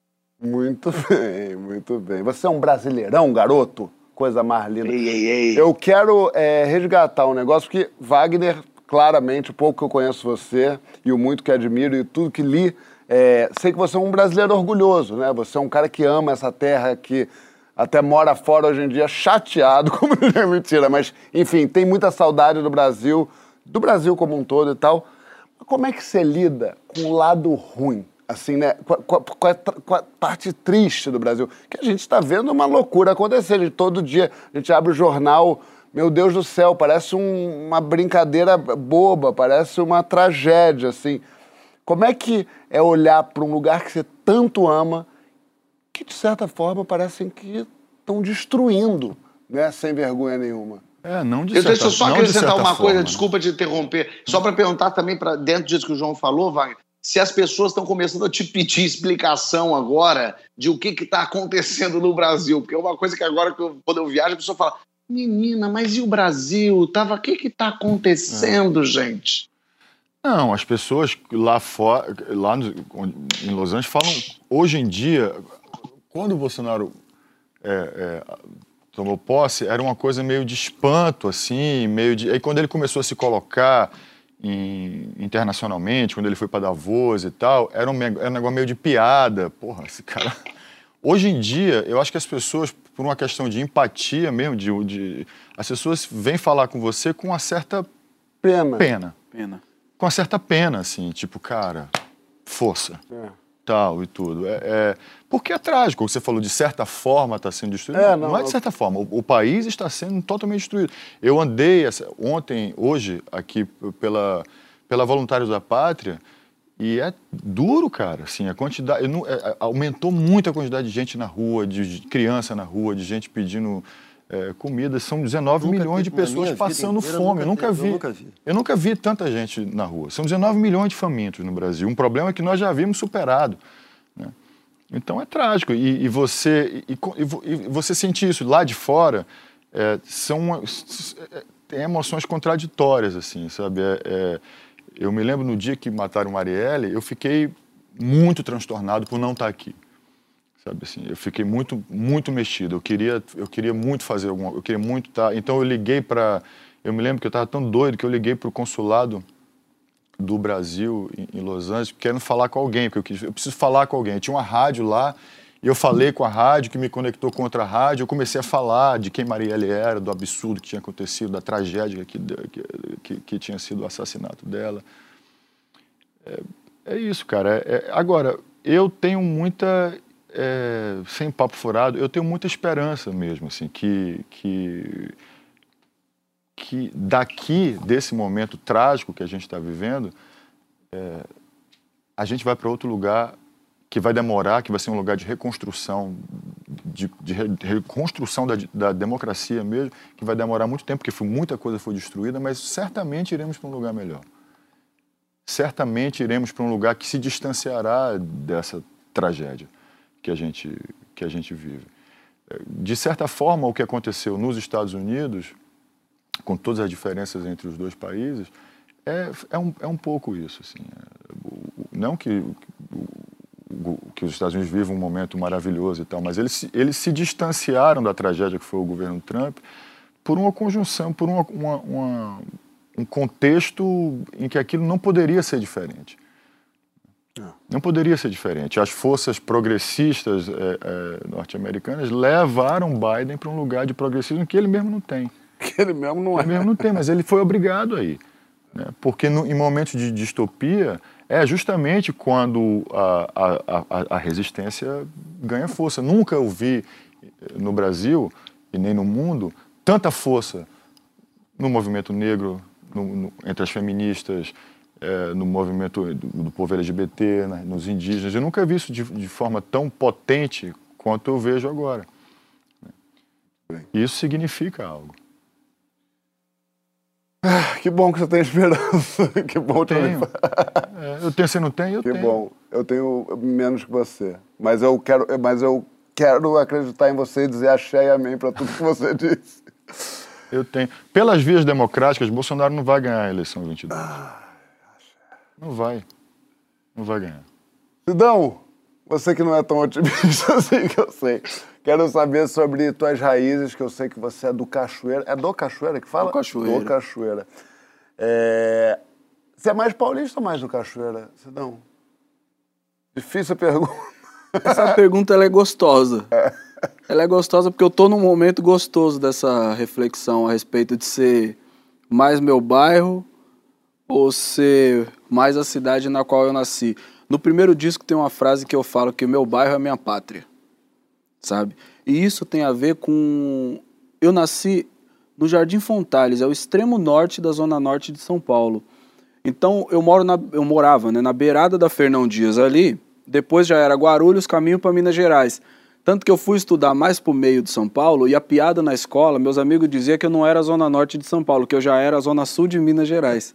Muito bem, muito bem. Você é um brasileirão, garoto? Coisa mais linda. Ei. Eu quero resgatar um negócio, porque Wagner... Claramente, o pouco que eu conheço você e o muito que admiro e tudo que li, sei que você é um brasileiro orgulhoso, né? Você é um cara que ama essa terra, que até mora fora hoje em dia, chateado, como não é mentira, mas, enfim, tem muita saudade do Brasil como um todo e tal. Mas como é que você lida com o lado ruim, assim, né? Com a parte triste do Brasil? Que a gente está vendo uma loucura acontecer, todo dia a gente abre o jornal... Meu Deus do céu, parece uma brincadeira boba, parece uma tragédia, assim. Como é que é olhar para um lugar que você tanto ama, que de certa forma parecem que estão destruindo, né, sem vergonha nenhuma? Deixa eu só acrescentar uma coisa, desculpa te interromper, só para perguntar também, dentro disso que o João falou, Wagner, se as pessoas estão começando a te pedir explicação agora de o que está acontecendo no Brasil, porque é uma coisa que agora, quando eu viajo, a pessoa fala... Menina, mas e o Brasil? O que está acontecendo, gente? Não, as pessoas lá fora, em Los Angeles, falam... Hoje em dia, quando o Bolsonaro tomou posse, era uma coisa meio de espanto, assim, Aí quando ele começou a se colocar internacionalmente, quando ele foi para Davos e tal, era um negócio meio de piada. Porra, esse cara... Hoje em dia, eu acho que as pessoas, por uma questão de empatia mesmo, as pessoas vêm falar com você com uma certa pena. Com uma certa pena, assim, tipo, cara, força, tal e tudo. Porque é trágico, você falou, de certa forma está sendo destruído. Não é de certa forma, o país está sendo totalmente destruído. Eu andei hoje, aqui pela Voluntários da Pátria, e é duro, cara, assim, a quantidade... aumentou muito a quantidade de gente na rua, de criança na rua, de gente pedindo comida. São 19 milhões de pessoas passando fome. Eu nunca vi tanta gente na rua. São 19 milhões de famintos no Brasil. Um problema que nós já havíamos superado, né? Então é trágico. E você sentir isso lá de fora, tem emoções contraditórias, assim, sabe? Eu me lembro no dia que mataram Marielle, eu fiquei muito transtornado por não estar aqui, sabe assim? Eu fiquei muito, muito mexido. Eu queria muito fazer eu queria muito estar. Então eu liguei eu me lembro que eu estava tão doido que eu liguei para o consulado do Brasil em Los Angeles, querendo falar com alguém, porque eu preciso falar com alguém. Tinha uma rádio lá. E eu falei com a rádio, que me conectou com outra rádio, eu comecei a falar de quem Marielle era, do absurdo que tinha acontecido, da tragédia que tinha sido o assassinato dela. É isso, cara. Agora, eu tenho muita, sem papo furado, eu tenho muita esperança mesmo, assim, que daqui, desse momento trágico que a gente está vivendo, a gente vai para outro lugar que vai demorar, que vai ser um lugar de reconstrução, de reconstrução da democracia mesmo, que vai demorar muito tempo, porque muita coisa foi destruída, mas certamente iremos para um lugar melhor. Certamente iremos para um lugar que se distanciará dessa tragédia que a gente vive. De certa forma, o que aconteceu nos Estados Unidos, com todas as diferenças entre os dois países, é um pouco isso. Assim. Não que os Estados Unidos vivam um momento maravilhoso e tal, mas eles se distanciaram da tragédia que foi o governo Trump por uma conjunção, por um contexto em que aquilo não poderia ser diferente. Não poderia ser diferente. As forças progressistas norte-americanas levaram Biden para um lugar de progressismo que ele mesmo não tem. Que ele mesmo não é. Ele mesmo não tem, mas ele foi obrigado a ir. Né? Porque em momentos de distopia é justamente quando a resistência ganha força. Nunca eu vi no Brasil e nem no mundo tanta força no movimento negro, entre as feministas, no movimento do povo LGBT, nos indígenas. Eu nunca vi isso de forma tão potente quanto eu vejo agora. Isso significa algo. Que bom que você tem esperança. Que bom tenho. Eu tenho, você não tem? Eu tenho. Que bom. Eu tenho menos que você. Mas eu quero acreditar em você e dizer axé e amém para tudo que você disse. Eu tenho. Pelas vias democráticas, Bolsonaro não vai ganhar a eleição em 22. Não vai. Não vai ganhar. Sidão, você que não é tão otimista assim que eu sei. Quero saber sobre tuas raízes, que eu sei que você é do Cachoeira. É do Cachoeira que fala? Do Cachoeira. Do Cachoeira. Você é mais paulista ou mais do Cachoeira, Sidão? Difícil a pergunta. Essa pergunta ela é gostosa. Ela é gostosa porque eu tô num momento gostoso dessa reflexão a respeito de ser mais meu bairro ou ser mais a cidade na qual eu nasci. No primeiro disco tem uma frase que eu falo que o meu bairro é minha pátria. Sabe? E isso tem a ver com... Eu nasci no Jardim Fontales, é o extremo norte da zona norte de São Paulo. Então, eu morava, né, na beirada da Fernão Dias ali, depois já era Guarulhos, caminho para Minas Gerais. Tanto que eu fui estudar mais pro meio de São Paulo, e a piada na escola, meus amigos diziam que eu não era a zona norte de São Paulo, que eu já era a zona sul de Minas Gerais.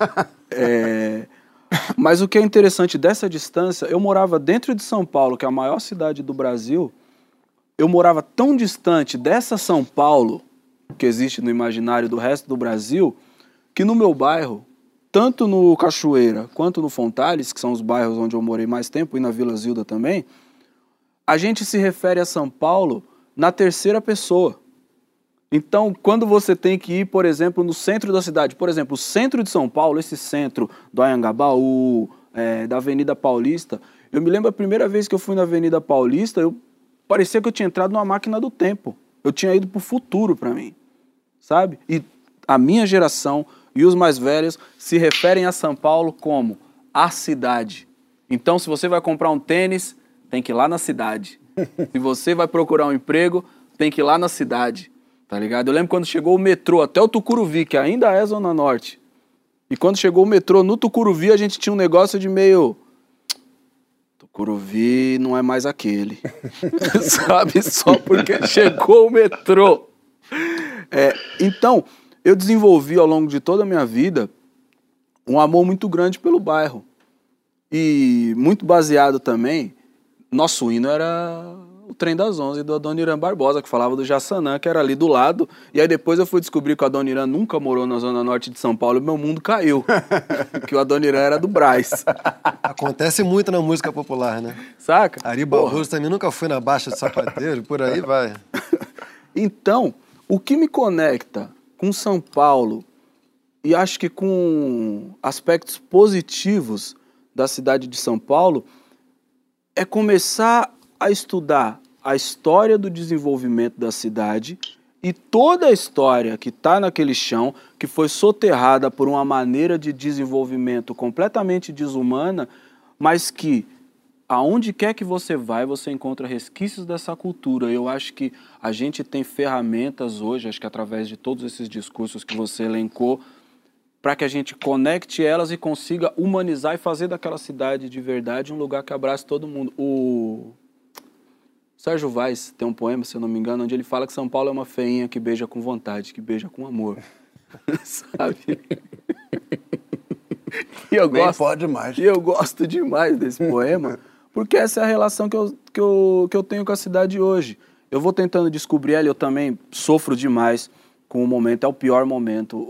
Mas o que é interessante dessa distância, eu morava dentro de São Paulo, que é a maior cidade do Brasil. Eu morava tão distante dessa São Paulo, que existe no imaginário do resto do Brasil, que no meu bairro, tanto no Cachoeira quanto no Fontales, que são os bairros onde eu morei mais tempo, e na Vila Zilda também, a gente se refere a São Paulo na terceira pessoa. Então, quando você tem que ir, por exemplo, no centro da cidade, por exemplo, o centro de São Paulo, esse centro do Anhangabaú, da Avenida Paulista, eu me lembro a primeira vez que eu fui na Avenida Paulista, parecia que eu tinha entrado numa máquina do tempo. Eu tinha ido para o futuro para mim, sabe? E a minha geração e os mais velhos se referem a São Paulo como a cidade. Então, se você vai comprar um tênis, tem que ir lá na cidade. Se você vai procurar um emprego, tem que ir lá na cidade, tá ligado? Eu lembro quando chegou o metrô até o Tucuruvi, que ainda é Zona Norte. E quando chegou o metrô no Tucuruvi, a gente tinha um negócio de meio... Tucuruvi não é mais aquele. Sabe? Só porque chegou o metrô. Então, eu desenvolvi ao longo de toda a minha vida um amor muito grande pelo bairro. E muito baseado também, nosso hino era o Trem das 11 do Adoniran Barbosa, que falava do Jaçanã, que era ali do lado. E aí depois eu fui descobrir que o Adoniran nunca morou na zona norte de São Paulo e meu mundo caiu. Que o Adoniran era do Brás. Acontece muito na música popular, né? Saca? Ari Barroso também nunca foi na Baixa de Sapateiro, por aí vai. Então, o que me conecta com São Paulo, e acho que com aspectos positivos da cidade de São Paulo, é começar a estudar a história do desenvolvimento da cidade e toda a história que está naquele chão, que foi soterrada por uma maneira de desenvolvimento completamente desumana, mas que, aonde quer que você vai, você encontra resquícios dessa cultura. Eu acho que a gente tem ferramentas hoje, acho que através de todos esses discursos que você elencou, para que a gente conecte elas e consiga humanizar e fazer daquela cidade de verdade um lugar que abrace todo mundo. O Sérgio Vaz tem um poema, se eu não me engano, onde ele fala que São Paulo é uma feinha que beija com vontade, que beija com amor. Sabe? E eu Nem gosto, pode mais. E eu gosto demais desse poema, porque essa é a relação que eu tenho com a cidade hoje. Eu vou tentando descobrir ela, eu também sofro demais com o momento, é o pior momento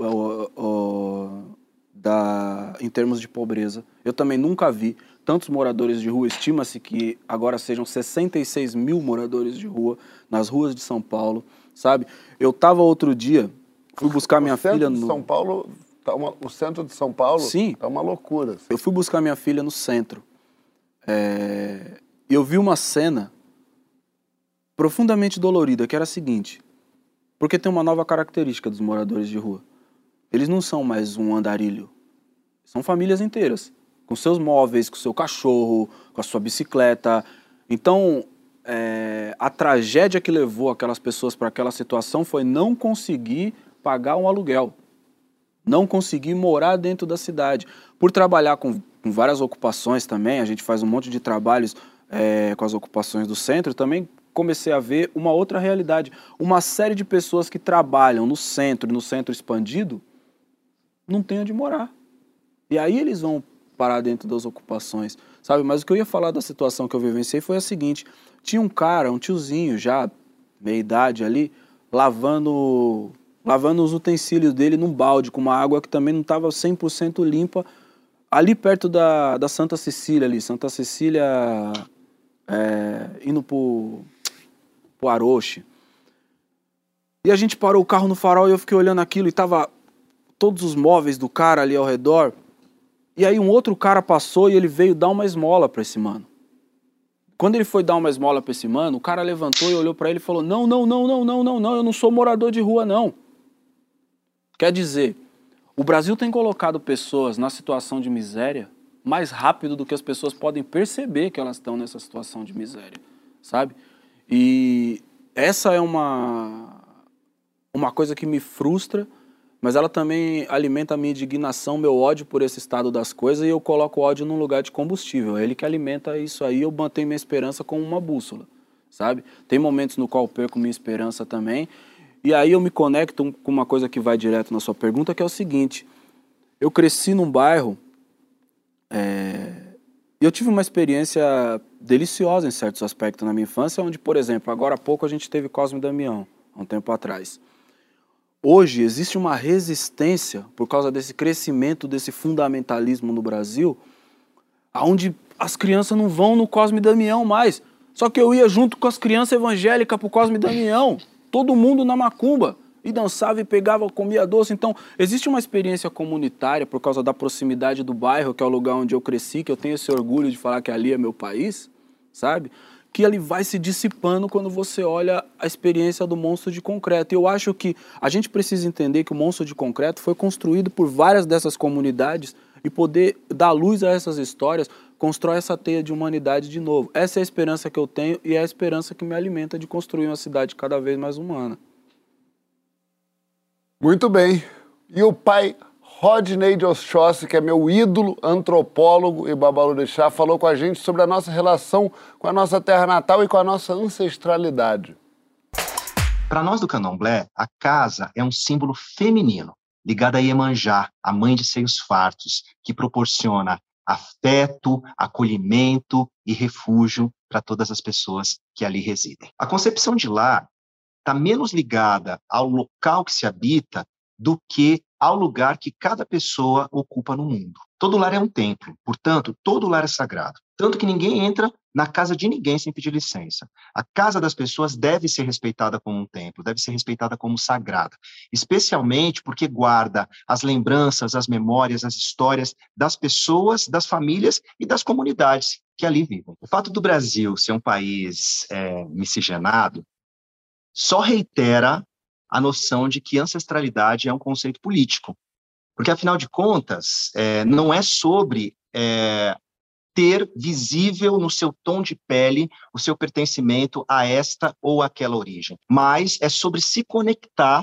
em termos de pobreza. Eu também nunca vi tantos moradores de rua, estima-se que agora sejam 66 mil moradores de rua nas ruas de São Paulo, sabe? Eu estava outro dia, fui buscar minha filha no... São Paulo, o centro de São Paulo tá uma loucura. Assim. Eu fui buscar minha filha no centro. Eu vi uma cena profundamente dolorida, que era a seguinte, porque tem uma nova característica dos moradores de rua. Eles não são mais um andarilho, são famílias inteiras, com seus móveis, com seu cachorro, com a sua bicicleta. Então, a tragédia que levou aquelas pessoas para aquela situação foi não conseguir pagar um aluguel, não conseguir morar dentro da cidade. Por trabalhar com várias ocupações também, a gente faz um monte de trabalhos com as ocupações do centro, também comecei a ver uma outra realidade. Uma série de pessoas que trabalham no centro expandido, não tem onde morar. E aí eles vão parar dentro das ocupações, sabe? Mas o que eu ia falar da situação que eu vivenciei foi a seguinte, tinha um cara, um tiozinho já, meia idade ali, lavando os utensílios dele num balde, com uma água que também não estava 100% limpa, ali perto da Santa Cecília ali, Santa Cecília indo pro Aroche. E a gente parou o carro no farol e eu fiquei olhando aquilo e tava todos os móveis do cara ali ao redor. E aí um outro cara passou e ele veio dar uma esmola pra esse mano. Quando ele foi dar uma esmola pra esse mano, o cara levantou e olhou pra ele e falou: não, eu não sou morador de rua, não. Quer dizer, o Brasil tem colocado pessoas na situação de miséria mais rápido do que as pessoas podem perceber que elas estão nessa situação de miséria, sabe? E essa é uma coisa que me frustra, mas ela também alimenta a minha indignação, meu ódio por esse estado das coisas, e eu coloco o ódio num lugar de combustível. É ele que alimenta isso aí, eu mantenho minha esperança como uma bússola, sabe? Tem momentos no qual eu perco minha esperança também, e aí eu me conecto com uma coisa que vai direto na sua pergunta, que é o seguinte: eu cresci num bairro, eu tive uma experiência deliciosa em certos aspectos na minha infância, onde, por exemplo, agora há pouco a gente teve Cosme e Damião, há um tempo atrás. Hoje existe uma resistência, por causa desse crescimento, desse fundamentalismo no Brasil, onde as crianças não vão no Cosme e Damião mais. Só que eu ia junto com as crianças evangélicas pro Cosme e Damião, todo mundo na macumba, e dançava e pegava, comia doce. Então, existe uma experiência comunitária por causa da proximidade do bairro, que é o lugar onde eu cresci, que eu tenho esse orgulho de falar que ali é meu país, sabe? Que ele vai se dissipando quando você olha a experiência do Monstro de Concreto. E eu acho que a gente precisa entender que o Monstro de Concreto foi construído por várias dessas comunidades e poder dar luz a essas histórias, constrói essa teia de humanidade de novo. Essa é a esperança que eu tenho e é a esperança que me alimenta de construir uma cidade cada vez mais humana. Muito bem. E o pai Rodney de Oxóssi, que é meu ídolo, antropólogo e babalorixá, falou com a gente sobre a nossa relação com a nossa terra natal e com a nossa ancestralidade. Para nós do candomblé, a casa é um símbolo feminino, ligado a Iemanjá, a mãe de seios fartos, que proporciona afeto, acolhimento e refúgio para todas as pessoas que ali residem. A concepção de lar está menos ligada ao local que se habita do que ao lugar que cada pessoa ocupa no mundo. Todo lar é um templo, portanto, todo lar é sagrado. Tanto que ninguém entra na casa de ninguém sem pedir licença. A casa das pessoas deve ser respeitada como um templo, deve ser respeitada como sagrada, especialmente porque guarda as lembranças, as memórias, as histórias das pessoas, das famílias e das comunidades que ali vivem. O fato do Brasil ser um país miscigenado só reitera a noção de que ancestralidade é um conceito político. Porque, afinal de contas, não é sobre ter visível no seu tom de pele o seu pertencimento a esta ou aquela origem, mas é sobre se conectar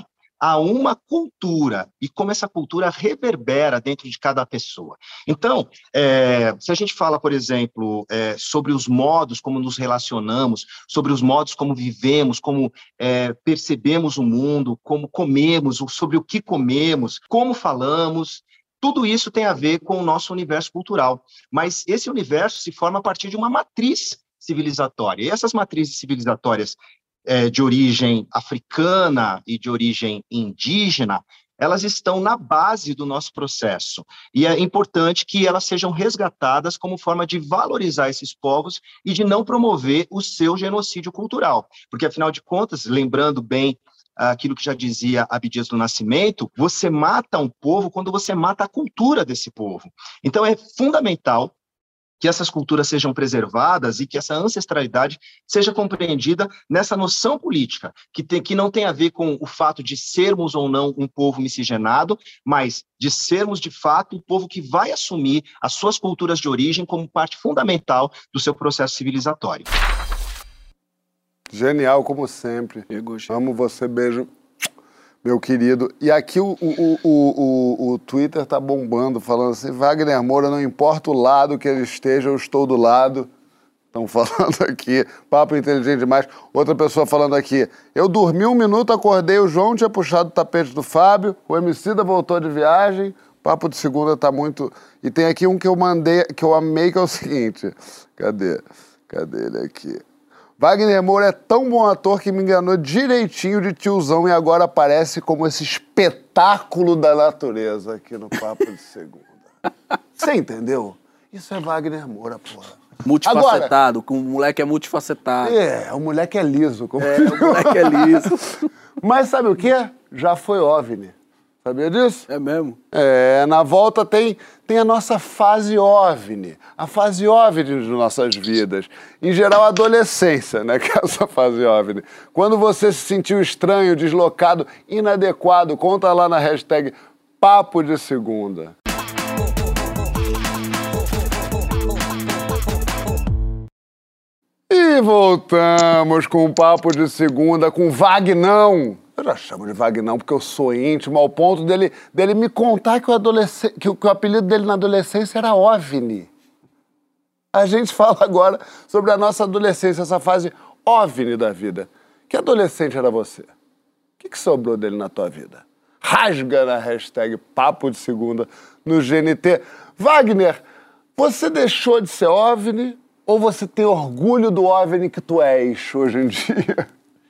a uma cultura e como essa cultura reverbera dentro de cada pessoa. Então, se a gente fala, por exemplo, sobre os modos como nos relacionamos, sobre os modos como vivemos, como percebemos o mundo, como comemos, sobre o que comemos, como falamos, tudo isso tem a ver com o nosso universo cultural. Mas esse universo se forma a partir de uma matriz civilizatória. E essas matrizes civilizatórias de origem africana e de origem indígena, elas estão na base do nosso processo. E é importante que elas sejam resgatadas como forma de valorizar esses povos e de não promover o seu genocídio cultural. Porque, afinal de contas, lembrando bem aquilo que já dizia Abdias do Nascimento, você mata um povo quando você mata a cultura desse povo. Então, é fundamental que essas culturas sejam preservadas e que essa ancestralidade seja compreendida nessa noção política, que não tem a ver com o fato de sermos ou não um povo miscigenado, mas de sermos, de fato, um povo que vai assumir as suas culturas de origem como parte fundamental do seu processo civilizatório. Genial, como sempre. Amo você, beijo, meu querido. E aqui o Twitter tá bombando, falando assim, Wagner Moura, não importa o lado que ele esteja, eu estou do lado. Estão falando aqui, papo inteligente demais. Outra pessoa falando aqui, eu dormi 1 minuto, acordei, o João tinha puxado o tapete do Fábio, o Emicida voltou de viagem, papo de segunda tá muito... E tem aqui um que eu mandei, que eu amei, que é o seguinte, cadê ele aqui? Wagner Moura é tão bom ator que me enganou direitinho de tiozão e agora aparece como esse espetáculo da natureza aqui no Papo de Segunda. Você entendeu? Isso é Wagner Moura, porra. Multifacetado, agora, o moleque é multifacetado. O moleque é liso. O moleque é liso. Mas sabe o quê? Já foi OVNI. Sabia disso? É mesmo? Na volta tem a nossa fase OVNI. A fase OVNI de nossas vidas. Em geral, a adolescência, né? Que é essa fase OVNI. Quando você se sentiu estranho, deslocado, inadequado, conta lá na hashtag Papo de Segunda. E voltamos com o Papo de Segunda com Vagnão. Eu já chamo de Vagnão porque eu sou íntimo, ao ponto dele me contar que o apelido dele na adolescência era OVNI. A gente fala agora sobre a nossa adolescência, essa fase OVNI da vida. Que adolescente era você? O que sobrou dele na tua vida? Rasga na hashtag Papo de Segunda no GNT. Wagner, você deixou de ser OVNI ou você tem orgulho do OVNI que tu és hoje em dia?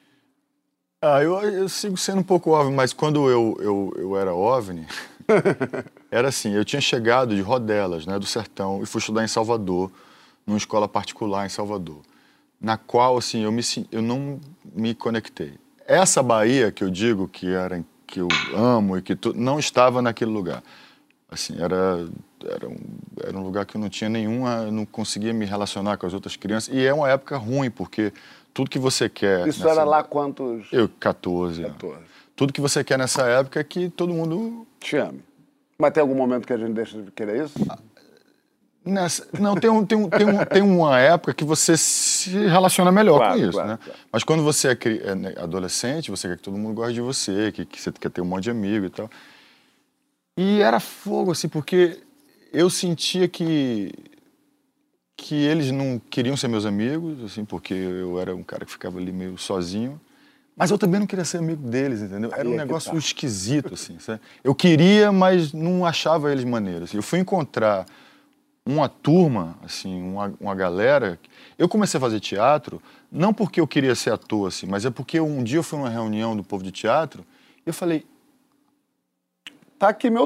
Eu sigo sendo um pouco OVNI, mas quando eu era OVNI, era assim, eu tinha chegado de Rodelas, né, do sertão, e fui estudar em Salvador, numa escola particular em Salvador, na qual, assim, eu não me conectei. Essa Bahia que eu digo que eu amo e que não estava naquele lugar. Assim, era um lugar que eu não tinha não conseguia me relacionar com as outras crianças, e é uma época ruim, porque tudo que você quer... Isso era lá quantos? 14. Tudo que você quer nessa época é que todo mundo... Te ame. Mas tem algum momento que a gente deixa de querer isso? Não, tem uma época que você se relaciona melhor com isso, né? Claro. Mas quando você é adolescente, você quer que todo mundo goste de você, que você quer ter um monte de amigo e tal. E era fogo, assim, porque eu sentia que eles não queriam ser meus amigos, assim, porque eu era um cara que ficava ali meio sozinho, mas eu também não queria ser amigo deles, entendeu? Era um negócio esquisito, assim, sabe? Eu queria, mas não achava eles maneiros. Assim. Eu fui encontrar uma turma, assim, uma galera... Eu comecei a fazer teatro, não porque eu queria ser ator, assim, mas é porque um dia eu fui numa reunião do povo de teatro e eu falei... Tá aqui meu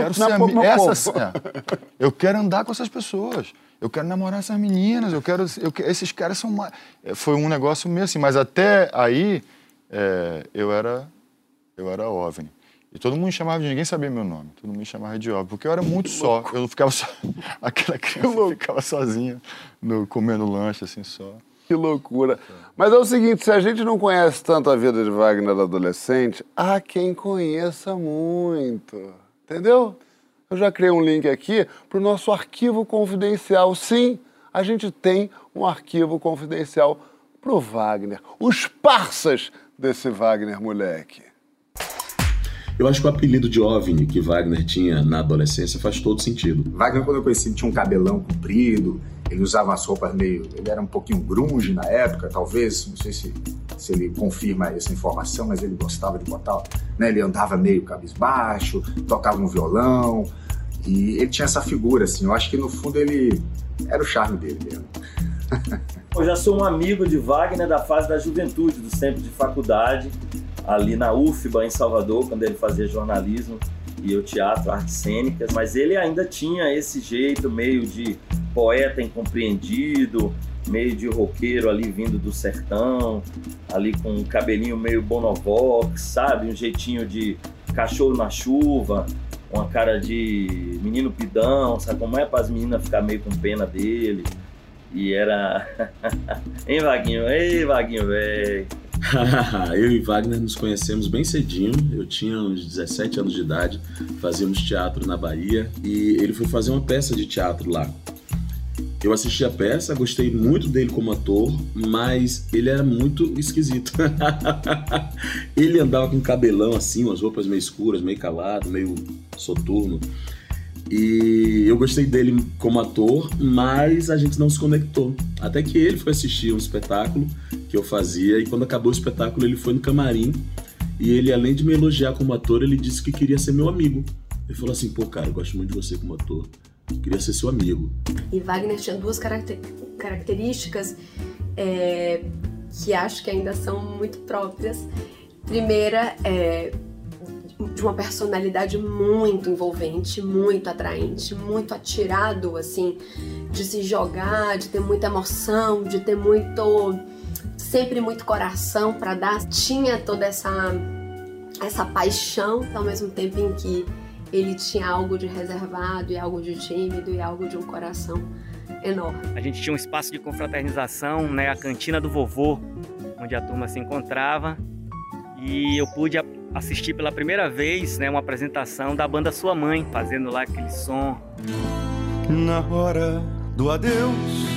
eu quero andar com essas pessoas. Eu quero namorar essas meninas, esses caras são... Foi um negócio meio assim, mas até aí eu era OVNI. E todo mundo me chamava de... Ninguém sabia meu nome. Todo mundo me chamava de OVNI, porque eu era muito só. Eu ficava só... Aquela criança ficava sozinha, comendo lanche, assim, só. Que loucura. Mas é o seguinte, se a gente não conhece tanto a vida de Wagner adolescente, há quem conheça muito. Entendeu? Eu já criei um link aqui para o nosso arquivo confidencial. Sim, a gente tem um arquivo confidencial para o Wagner. Os parças desse Wagner moleque. Eu acho que o apelido de OVNI que Wagner tinha na adolescência faz todo sentido. Wagner, quando eu conheci, ele tinha um cabelão comprido, ele usava umas roupas meio... Ele era um pouquinho grunge na época, talvez, não sei se ele confirma essa informação, mas ele gostava de botar... Né, ele andava meio cabisbaixo, tocava um violão, e ele tinha essa figura, assim. Eu acho que, no fundo, ele... Era o charme dele mesmo. Eu já sou um amigo de Wagner da fase da juventude, do tempo de faculdade, ali na UFBA, em Salvador, quando ele fazia jornalismo e eu teatro, artes cênicas, mas ele ainda tinha esse jeito meio de poeta incompreendido, meio de roqueiro ali vindo do sertão, ali com um cabelinho meio Bonovox, sabe? Um jeitinho de cachorro na chuva, uma cara de menino pidão, sabe como é para as meninas ficar meio com pena dele? E era... Hein, Vaguinho? Ei, Vaguinho, velho! Eu e Wagner nos conhecemos bem cedinho, eu tinha uns 17 anos de idade, fazíamos teatro na Bahia e ele foi fazer uma peça de teatro lá. Eu assisti a peça, gostei muito dele como ator, mas ele era muito esquisito. Ele andava com cabelão assim, umas roupas meio escuras, meio calado, meio soturno. E eu gostei dele como ator, mas a gente não se conectou. Até que ele foi assistir um espetáculo que eu fazia, e quando acabou o espetáculo ele foi no camarim, e ele, além de me elogiar como ator, ele disse que queria ser meu amigo. Ele falou assim, pô, cara, eu gosto muito de você como ator, eu queria ser seu amigo. E Wagner tinha duas características que acho que ainda são muito próprias. Primeira de uma personalidade muito envolvente, muito atraente, muito atirado, assim, de se jogar, de ter muita emoção, de ter sempre muito coração para dar. Tinha toda essa paixão, ao mesmo tempo em que ele tinha algo de reservado e algo de tímido e algo de um coração enorme. A gente tinha um espaço de confraternização, né, a cantina do vovô, onde a turma se encontrava, e eu pude assistir pela primeira vez, né, uma apresentação da banda Sua Mãe, fazendo lá aquele som. Na hora do adeus,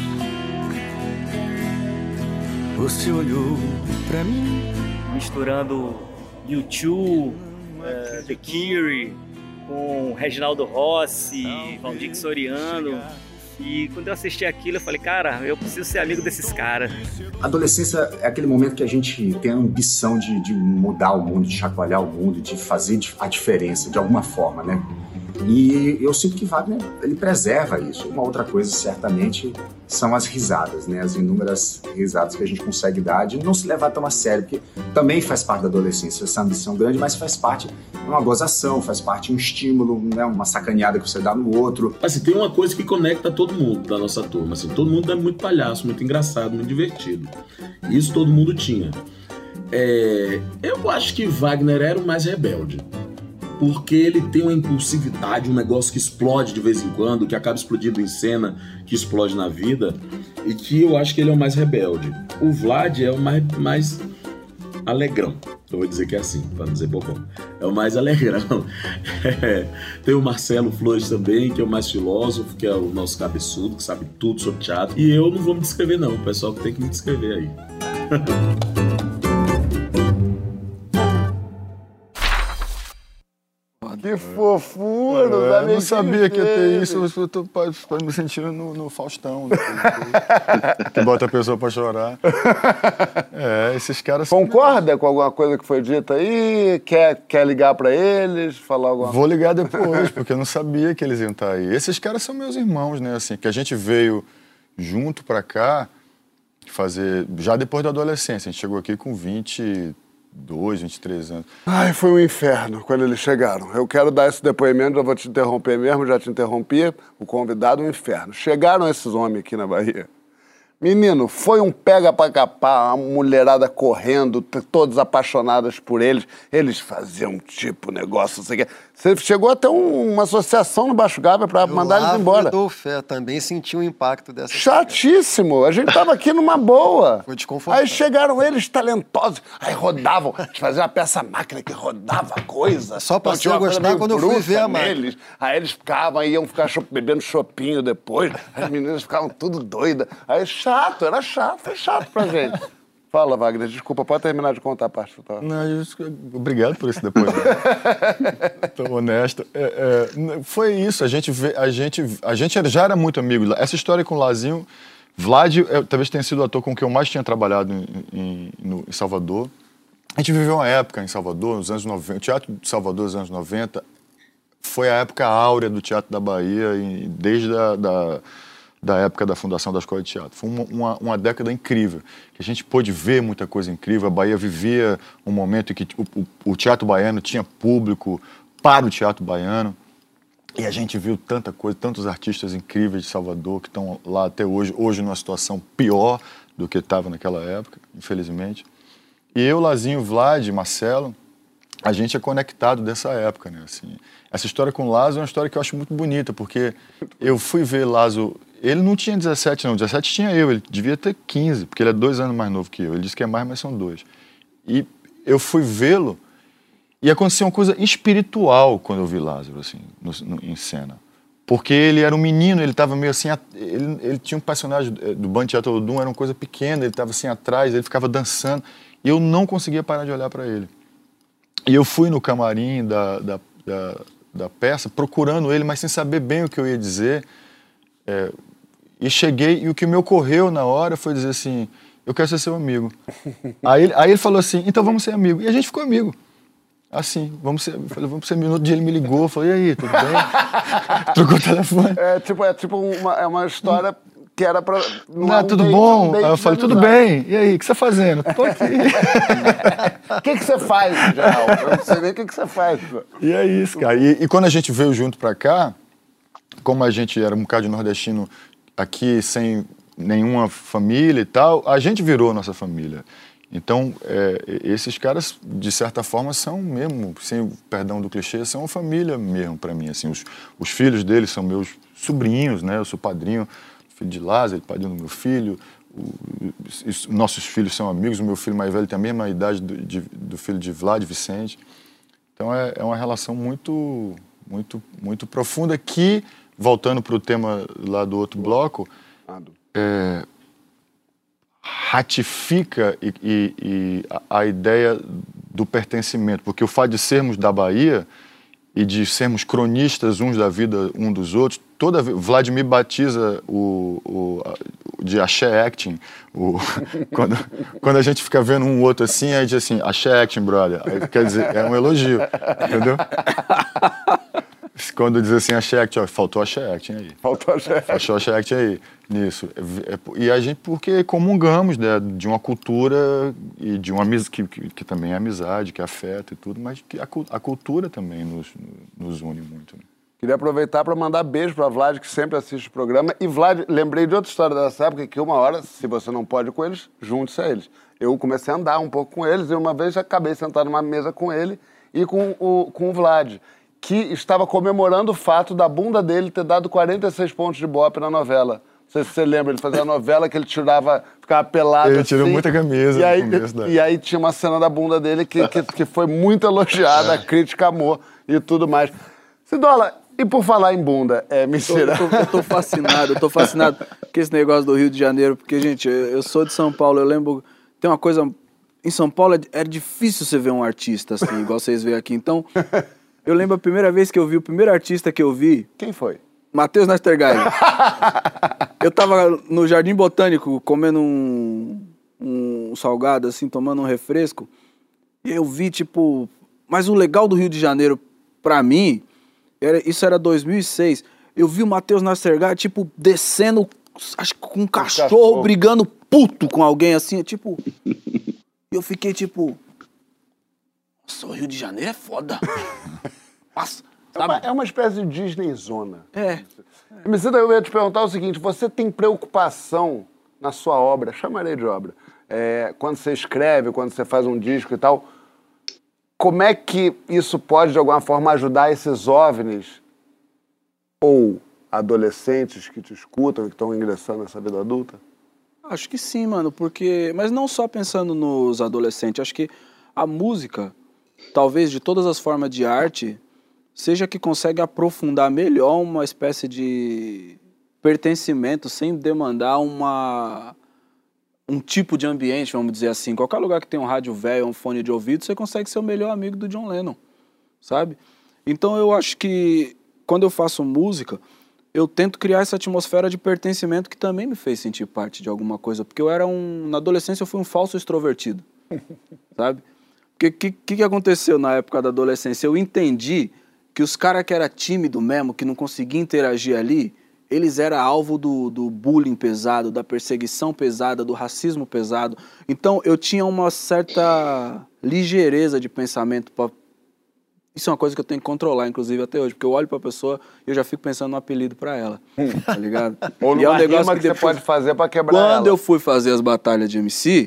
você olhou pra mim, misturando U2, The Cure, com Reginaldo Rossi, Valdir Soriano. E quando eu assisti aquilo, eu falei, cara, eu preciso ser amigo desses caras. A adolescência é aquele momento que a gente tem a ambição de mudar o mundo, de chacoalhar o mundo, de fazer a diferença, de alguma forma, né? E eu sinto que Wagner, ele preserva isso. Uma outra coisa, certamente, são as risadas, né? As inúmeras risadas que a gente consegue dar de não se levar tão a sério, porque também faz parte da adolescência, essa ambição grande, mas faz parte de uma gozação, faz parte de um estímulo, né? Uma sacaneada que você dá no outro. Assim, tem uma coisa que conecta todo mundo da nossa turma, assim, todo mundo é muito palhaço, muito engraçado, muito divertido. Isso todo mundo tinha. Eu acho que Wagner era o mais rebelde. Porque ele tem uma impulsividade, um negócio que explode de vez em quando, que acaba explodindo em cena, que explode na vida, e que eu acho que ele é o mais rebelde. O Vlad é o mais alegrão, eu vou dizer que é assim, para não dizer bobão. É o mais alegrão. Tem o Marcelo Flores também, que é o mais filósofo, que é o nosso cabeçudo, que sabe tudo sobre teatro. E eu não vou me descrever não, o pessoal que tem que me descrever aí. Que fofura, eu não sabia que ia ter isso, eu tô me sentindo no Faustão. Que bota a pessoa pra chorar. Esses caras... Concorda com alguma coisa que foi dita aí? Quer ligar pra eles, falar alguma coisa? Vou ligar depois, porque eu não sabia que eles iam estar aí. Esses caras são meus irmãos, né? Assim, que a gente veio junto pra cá fazer... Já depois da adolescência, a gente chegou aqui com 22, 23 anos. Ai, foi um inferno quando eles chegaram. Eu quero dar esse depoimento, já vou te interromper mesmo, já te interrompi. O convidado, um inferno. Chegaram esses homens aqui na Bahia. Menino, foi um pega pra capar, a mulherada correndo, todas apaixonadas por eles. Eles faziam negócio, não sei o quê. Você chegou até uma associação no Baixo Gávea pra mandar eles embora. Eu também senti o impacto dessa... Chatíssimo! A gente tava aqui numa boa. Foi desconfortável. Aí chegaram eles talentosos, aí rodavam, eles faziam uma peça máquina que rodava coisa. Só passei a gostar quando eu fui ver a máquina. Aí eles ficavam, iam ficar bebendo chopinho depois, as meninas ficavam tudo doidas. Aí era chato, foi chato pra gente. Fala, Wagner, desculpa, pode terminar de contar a parte final. Não, obrigado por esse depoimento. Tô honesto. Foi isso, a gente já era muito amigo. Essa história com o Lazinho, Vlad talvez tenha sido o ator com quem eu mais tinha trabalhado em Salvador. A gente viveu uma época em Salvador, nos anos 90, o Teatro de Salvador dos anos 90, foi a época áurea do Teatro da Bahia, desde da época da fundação da Escola de Teatro. Foi uma década incrível, que a gente pôde ver muita coisa incrível. A Bahia vivia um momento em que o teatro baiano tinha público para o teatro baiano, e a gente viu tanta coisa, tantos artistas incríveis de Salvador que estão lá até hoje numa situação pior do que estava naquela época, infelizmente. E eu, Lazinho, Vlad, Marcelo, a gente é conectado dessa época, né? Assim, essa história com o Lazo é uma história que eu acho muito bonita, porque eu fui ver Lazo. Ele não tinha 17, não. 17 tinha eu. Ele devia ter 15, porque ele é 2 anos mais novo que eu. Ele disse que é mais, mas são 2. E eu fui vê-lo e aconteceu uma coisa espiritual quando eu vi Lázaro, assim, em cena. Porque ele era um menino, ele estava meio assim... Ele tinha um personagem do Band Teatro Olodum, era uma coisa pequena, ele estava assim atrás, ele ficava dançando. E eu não conseguia parar de olhar para ele. E eu fui no camarim da peça, procurando ele, mas sem saber bem o que eu ia dizer. E cheguei, e o que me ocorreu na hora foi dizer assim, eu quero ser seu amigo. Aí ele falou assim, então vamos ser amigo. E a gente ficou amigo. Assim, vamos ser amigo. No dia ele me ligou, eu falei, e aí, tudo bem? Trocou o telefone. É uma história que era pra... Não, tudo bom? Aí eu falei, tudo bem. E aí, o que você tá fazendo? Tô aqui. O que você faz, geral? Eu não sei nem o que você faz. E é isso, cara. E quando a gente veio junto pra cá, como a gente era um bocado de nordestino aqui, sem nenhuma família e tal, a gente virou nossa família. Então, esses caras, de certa forma, são mesmo, sem o perdão do clichê, são uma família mesmo para mim. Assim, os filhos deles são meus sobrinhos, né? Eu sou padrinho, filho de Lázaro, padrinho do meu filho. Nossos filhos são amigos, o meu filho mais velho tem a mesma idade do filho de Vlad, Vicente. Então, é uma relação muito, muito, muito profunda que, voltando para o tema lá do outro bloco, ratifica a ideia do pertencimento, porque o fato de sermos da Bahia e de sermos cronistas uns da vida um dos outros, Vladimir batiza de axé acting, quando a gente fica vendo um outro assim, aí diz assim, axé acting, brother, aí, quer dizer, é um elogio, entendeu? Quando diz assim, axé acting, faltou axé acting aí. Faltou axé acting aí, nisso. E a gente, porque comungamos, né, de uma cultura e de uma que também é amizade, que afeta e tudo, mas que a cultura também nos une muito. Né? Queria aproveitar para mandar beijo para Vlad, que sempre assiste o programa. E Vlad, lembrei de outra história dessa época, que uma hora, se você não pode ir com eles, junte-se a eles. Eu comecei a andar um pouco com eles e uma vez acabei sentado numa mesa com ele e com o Vlad, que estava comemorando o fato da bunda dele ter dado 46 pontos de Ibope na novela. Não sei se você lembra, ele fazia a novela que ele ficava pelado ele assim. Tirou muita camisa E aí tinha uma cena da bunda dele que foi muito elogiada, a crítica amou e tudo mais. Cidola, e por falar em bunda, mentira. Eu tô fascinado com esse negócio do Rio de Janeiro, porque, gente, eu sou de São Paulo, eu lembro, tem uma coisa, em São Paulo é difícil você ver um artista assim, igual vocês veem aqui, então... Eu lembro a primeira vez que eu vi, o primeiro artista que eu vi... Quem foi? Matheus Nastergaile. Eu tava no Jardim Botânico comendo um salgado, assim, tomando um refresco. E eu vi, tipo... Mas o legal do Rio de Janeiro, pra mim, isso era 2006. Eu vi o Matheus Nastergaile, tipo, descendo, acho que com um cachorro brigando puto com alguém, assim, tipo... E eu fiquei, tipo... Nossa, o Rio de Janeiro é foda. Nossa, é uma espécie de Disney zona. Emicida, eu ia te perguntar o seguinte, você tem preocupação na sua obra, chamarei de obra, quando você escreve, quando você faz um disco e tal, como é que isso pode, de alguma forma, ajudar esses OVNIs ou adolescentes que te escutam, que estão ingressando nessa vida adulta? Acho que sim, mano, porque... Mas não só pensando nos adolescentes, acho que a música... Talvez de todas as formas de arte, seja que consegue aprofundar melhor uma espécie de pertencimento sem demandar um tipo de ambiente, vamos dizer assim. Qualquer lugar que tem um rádio velho, um fone de ouvido, você consegue ser o melhor amigo do John Lennon, sabe? Então eu acho que quando eu faço música, eu tento criar essa atmosfera de pertencimento que também me fez sentir parte de alguma coisa. Porque eu era na adolescência eu fui um falso extrovertido, sabe? Porque o que aconteceu na época da adolescência? Eu entendi que os caras que eram tímidos mesmo, que não conseguiam interagir ali, eles eram alvo do bullying pesado, da perseguição pesada, do racismo pesado. Então, eu tinha uma certa ligeireza de pensamento. Isso é uma coisa que eu tenho que controlar, inclusive, até hoje. Porque eu olho pra pessoa e eu já fico pensando no apelido pra ela. Tá ligado? Ou numa rima que você pode fazer pra quebrar ela. Quando eu fui fazer as batalhas de MC...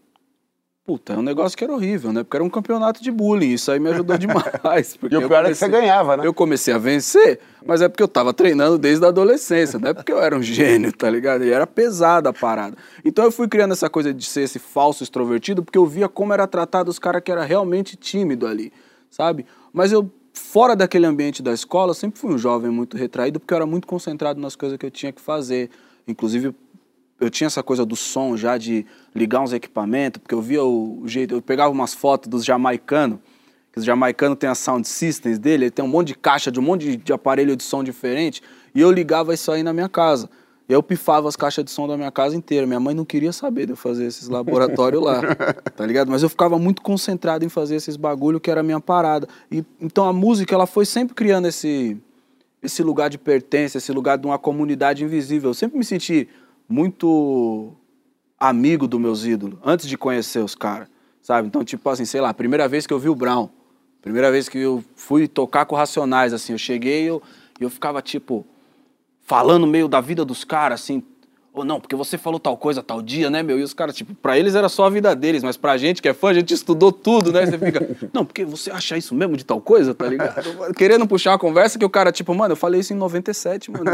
Puta, é um negócio que era horrível, né? Porque era um campeonato de bullying, isso aí me ajudou demais. E o pior é que você ganhava, né? Eu comecei a vencer, mas é porque eu tava treinando desde a adolescência, não é porque eu era um gênio, tá ligado? E era pesada a parada. Então eu fui criando essa coisa de ser esse falso extrovertido, porque eu via como era tratado os caras que eram realmente tímidos ali, sabe? Mas eu, fora daquele ambiente da escola, sempre fui um jovem muito retraído, porque eu era muito concentrado nas coisas que eu tinha que fazer. Inclusive, eu tinha essa coisa do som já, de ligar uns equipamentos, porque eu via o jeito... Eu pegava umas fotos dos jamaicanos, que os jamaicanos têm as sound systems dele, ele tem um monte de caixa, de um monte de aparelho de som diferente, e eu ligava isso aí na minha casa. E eu pifava as caixas de som da minha casa inteira. Minha mãe não queria saber de eu fazer esses laboratórios lá, tá ligado? Mas eu ficava muito concentrado em fazer esses bagulho que era a minha parada. Então a música, ela foi sempre criando esse lugar de pertença, esse lugar de uma comunidade invisível. Eu sempre me senti muito amigo dos meus ídolos, antes de conhecer os caras, sabe? Então, tipo assim, sei lá, primeira vez que eu vi o Brown, primeira vez que eu fui tocar com Racionais, assim, eu cheguei e eu ficava, tipo, falando meio da vida dos caras, assim, ou não, porque você falou tal coisa, tal dia, né, meu? E os caras, tipo, pra eles era só a vida deles, mas pra gente que é fã, a gente estudou tudo, né? Você fica, não, porque você acha isso mesmo de tal coisa, tá ligado? Querendo puxar uma conversa que o cara, tipo, mano, eu falei isso em 97, mano.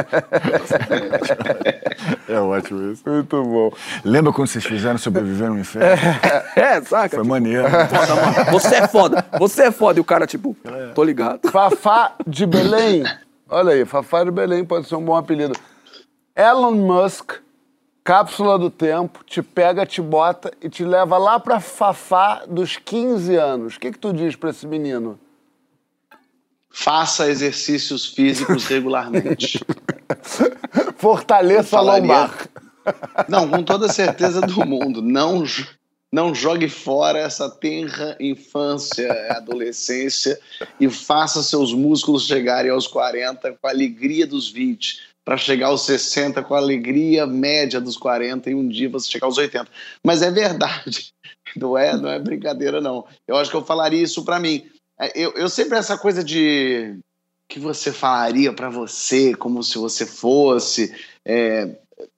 É ótimo isso. Muito bom. Lembra quando vocês fizeram Sobreviver no Inferno? Saca? Foi maneiro. Foda, mano. Você é foda. E o cara, tipo, tô ligado. Fafá de Belém. Olha aí, Fafá de Belém pode ser um bom apelido. Elon Musk, cápsula do tempo, te pega, te bota e te leva lá pra Fafá dos 15 anos. O que tu diz pra esse menino? Faça exercícios físicos regularmente. Fortaleça a lombar. Não, com toda certeza do mundo. Não jogue fora essa tenra infância, adolescência e faça seus músculos chegarem aos 40 com a alegria dos 20, para chegar aos 60 com a alegria média dos 40 e um dia você chegar aos 80. Mas é verdade, não é brincadeira não. Eu acho que eu falaria isso para mim. Eu sempre essa coisa de que você falaria para você como se você fosse é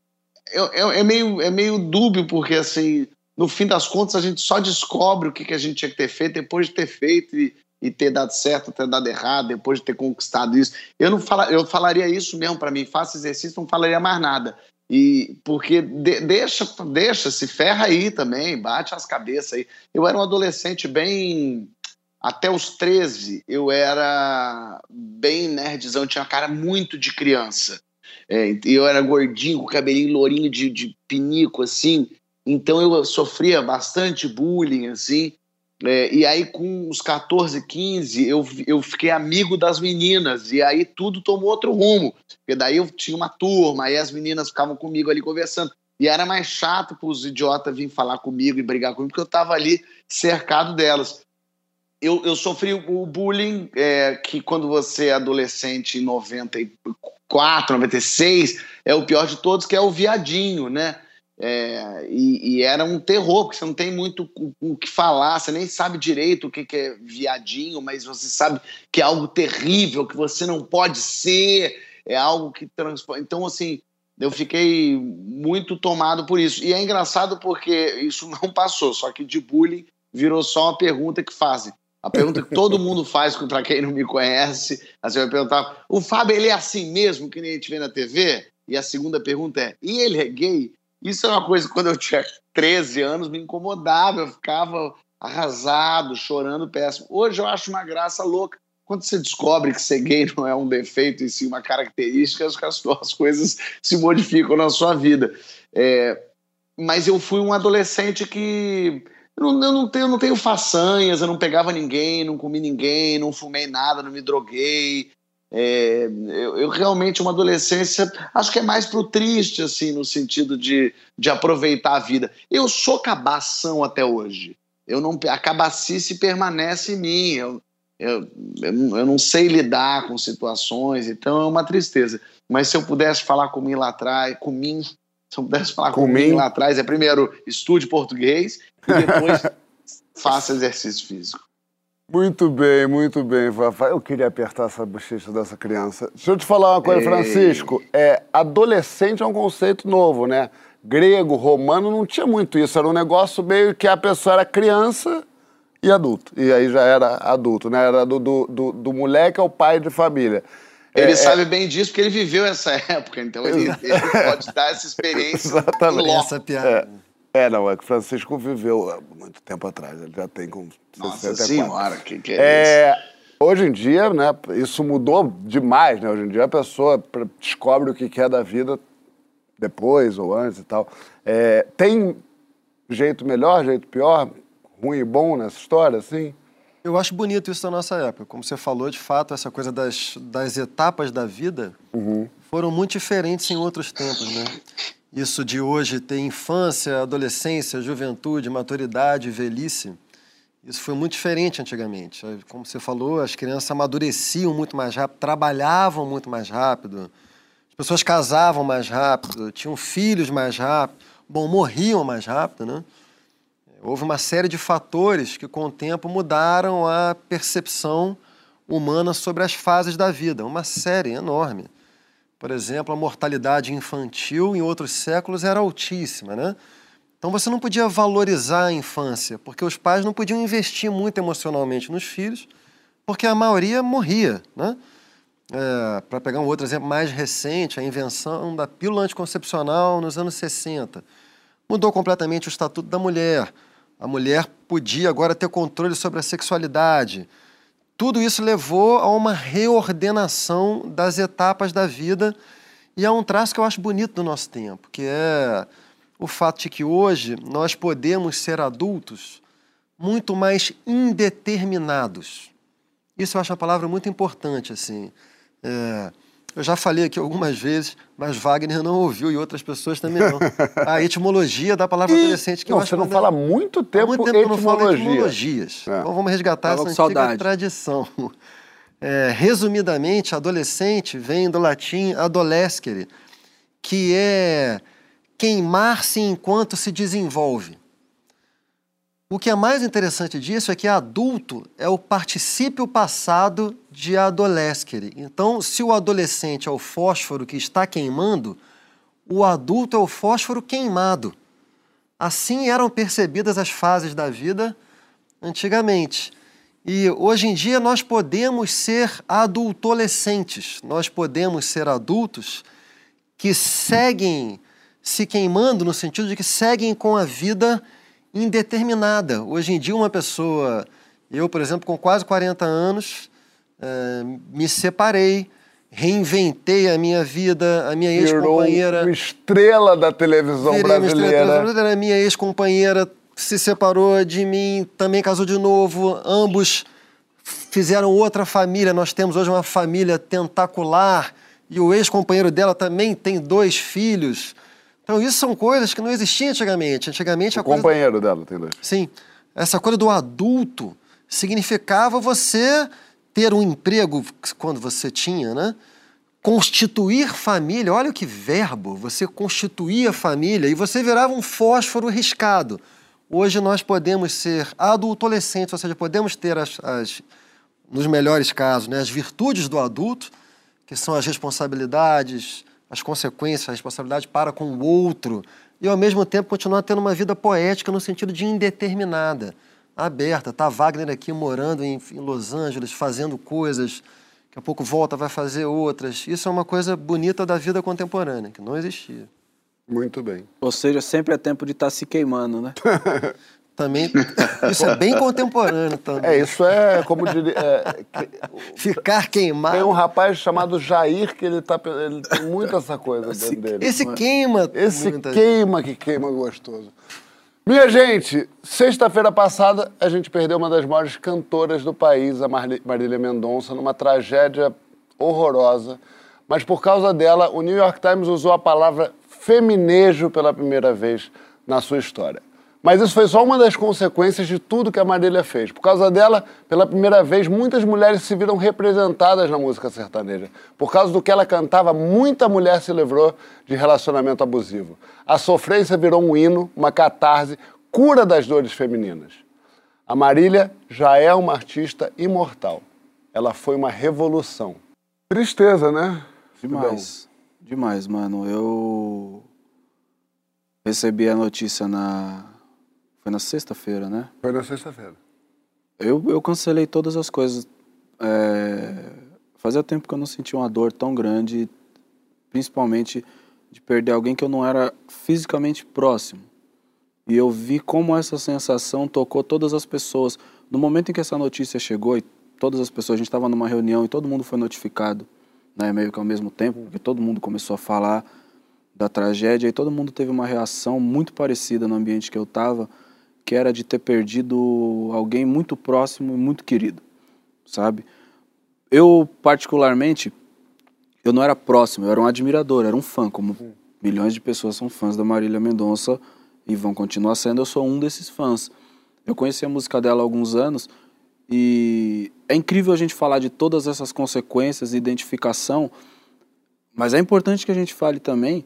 meio dúbio, porque assim, no fim das contas a gente só descobre o que a gente tinha que ter feito depois de ter feito e ter dado certo, ter dado errado, depois de ter conquistado isso. Eu falaria isso mesmo para mim, faça exercício, não falaria mais nada. Porque deixa, se ferra aí também, bate as cabeças aí. Eu era um adolescente bem... Até os 13, eu era bem nerdzão, tinha uma cara muito de criança. Eu era gordinho, com cabelinho lourinho de pinico, assim. Então eu sofria bastante bullying, assim. E aí com os 14, 15, eu fiquei amigo das meninas. E aí tudo tomou outro rumo. Porque daí eu tinha uma turma, aí as meninas ficavam comigo ali conversando. E era mais chato para os idiotas virem falar comigo e brigar comigo, porque eu estava ali cercado delas. Eu sofri o bullying que quando você é adolescente em 94, 96, é o pior de todos, que é o viadinho, né? E era um terror, porque você não tem muito o que falar, você nem sabe direito o que é viadinho, mas você sabe que é algo terrível, que você não pode ser, é algo que transforma. Então, assim, eu fiquei muito tomado por isso. E é engraçado porque isso não passou, só que de bullying virou só uma pergunta que fazem. A pergunta que todo mundo faz para quem não me conhece, você vai perguntar, o Fábio, ele é assim mesmo, que nem a gente vê na TV? E a segunda pergunta é, e ele é gay? Isso é uma coisa que quando eu tinha 13 anos me incomodava, eu ficava arrasado, chorando péssimo. Hoje eu acho uma graça louca. Quando você descobre que ser gay não é um defeito e sim uma característica, as coisas se modificam na sua vida. Mas eu fui um adolescente que... Eu não tenho façanhas, eu não pegava ninguém, não comi ninguém, não fumei nada, não me droguei. Eu realmente, uma adolescência, acho que é mais pro triste, assim, no sentido de aproveitar a vida. Eu sou cabação até hoje. A cabacice permanece em mim. Eu não sei lidar com situações, então é uma tristeza. Mas se eu pudesse falar comigo lá atrás, lá atrás, primeiro estude português e depois faça exercício físico. Muito bem, Fafá. Eu queria apertar essa bochecha dessa criança. Deixa eu te falar uma coisa, Francisco. Adolescente é um conceito novo, né? Grego, romano, não tinha muito isso. Era um negócio meio que a pessoa era criança e adulto. E aí já era adulto, né? Era do moleque ao pai de família. Ele sabe bem disso porque ele viveu essa época, então ele pode dar essa experiência. Exatamente. Essa piada. Não, é que o Francisco viveu há muito tempo atrás, ele já tem com 64. Nossa senhora, que é isso? Hoje em dia, né, isso mudou demais, né? Hoje em dia a pessoa descobre o que quer da vida depois ou antes e tal. Tem jeito melhor, jeito pior, ruim e bom nessa história, assim? Eu acho bonito isso da nossa época. Como você falou, de fato, essa coisa das etapas da vida foram muito diferentes em outros tempos, né? Isso de hoje ter infância, adolescência, juventude, maturidade, velhice, isso foi muito diferente antigamente. Como você falou, as crianças amadureciam muito mais rápido, trabalhavam muito mais rápido, as pessoas casavam mais rápido, tinham filhos mais rápido, morriam mais rápido, né? Houve uma série de fatores que, com o tempo, mudaram a percepção humana sobre as fases da vida. Uma série enorme. Por exemplo, a mortalidade infantil em outros séculos era altíssima, né? Então você não podia valorizar a infância, porque os pais não podiam investir muito emocionalmente nos filhos, porque a maioria morria, né? Para pegar um outro exemplo mais recente, a invenção da pílula anticoncepcional nos anos 60. Mudou completamente o estatuto da mulher. A mulher podia agora ter controle sobre a sexualidade. Tudo isso levou a uma reordenação das etapas da vida e é um traço que eu acho bonito do nosso tempo, que é o fato de que hoje nós podemos ser adultos muito mais indeterminados. Isso eu acho uma palavra muito importante, assim. Eu já falei aqui algumas vezes, mas Wagner não ouviu e outras pessoas também não. A etimologia da palavra adolescente. Que eu acho você não fala há muito tempo que eu não falo etimologias. Então vamos resgatar essa antiga tradição. Resumidamente, adolescente vem do latim adolescere, que é queimar-se enquanto se desenvolve. O que é mais interessante disso é que adulto é o particípio passado de adolescere. Então, se o adolescente é o fósforo que está queimando, o adulto é o fósforo queimado. Assim eram percebidas as fases da vida antigamente. E hoje em dia nós podemos ser adultolescentes, nós podemos ser adultos que seguem se queimando no sentido de que seguem com a vida indeterminada. Hoje em dia uma pessoa, eu, por exemplo, com quase 40 anos, me separei, reinventei a minha vida, a minha ex-companheira... Uma estrela da televisão brasileira. A minha ex-companheira se separou de mim, também casou de novo, ambos fizeram outra família, nós temos hoje uma família tentacular, e o ex-companheiro dela também tem 2 filhos... Então, isso são coisas que não existiam antigamente. Antigamente, o companheiro dela tem 2. Sim. Essa coisa do adulto significava você ter um emprego, quando você tinha, né? Constituir família. Olha que verbo. Você constituía família e você virava um fósforo riscado. Hoje nós podemos ser adultolescentes, ou seja, podemos ter, nos melhores casos, né, as virtudes do adulto, que são as responsabilidades... as consequências, a responsabilidade para com o outro, e ao mesmo tempo continuar tendo uma vida poética no sentido de indeterminada, aberta. Tá Wagner aqui morando em Los Angeles, fazendo coisas, daqui a pouco volta, vai fazer outras. Isso é uma coisa bonita da vida contemporânea, que não existia. Muito bem. Ou seja, sempre é tempo de estar se queimando, né? Também, isso é bem contemporâneo também. Isso é, como diria... Ficar queimado. Tem um rapaz chamado Jair que ele tem muito essa coisa dentro dele. Esse queima. Esse queima que queima gostoso. Minha gente, sexta-feira passada a gente perdeu uma das maiores cantoras do país, a Marília Mendonça, numa tragédia horrorosa. Mas por causa dela, o New York Times usou a palavra feminejo pela primeira vez na sua história. Mas isso foi só uma das consequências de tudo que a Marília fez. Por causa dela, pela primeira vez, muitas mulheres se viram representadas na música sertaneja. Por causa do que ela cantava, muita mulher se livrou de relacionamento abusivo. A sofrência virou um hino, uma catarse, cura das dores femininas. A Marília já é uma artista imortal. Ela foi uma revolução. Tristeza, né? Demais. Demais, mano. Eu recebi a notícia Foi na sexta-feira, né? Foi na sexta-feira. Eu cancelei todas as coisas. Fazia tempo que eu não sentia uma dor tão grande, principalmente de perder alguém que eu não era fisicamente próximo. E eu vi como essa sensação tocou todas as pessoas. No momento em que essa notícia chegou, e todas as pessoas, a gente estava numa reunião e todo mundo foi notificado, né, meio que ao mesmo tempo, porque todo mundo começou a falar da tragédia e todo mundo teve uma reação muito parecida no ambiente que eu estava, que era de ter perdido alguém muito próximo e muito querido, sabe? Eu, particularmente, eu não era próximo, eu era um admirador, era um fã, como milhões de pessoas são fãs da Marília Mendonça e vão continuar sendo, eu sou um desses fãs. Eu conheci a música dela há alguns anos e é incrível a gente falar de todas essas consequências e identificação, mas é importante que a gente fale também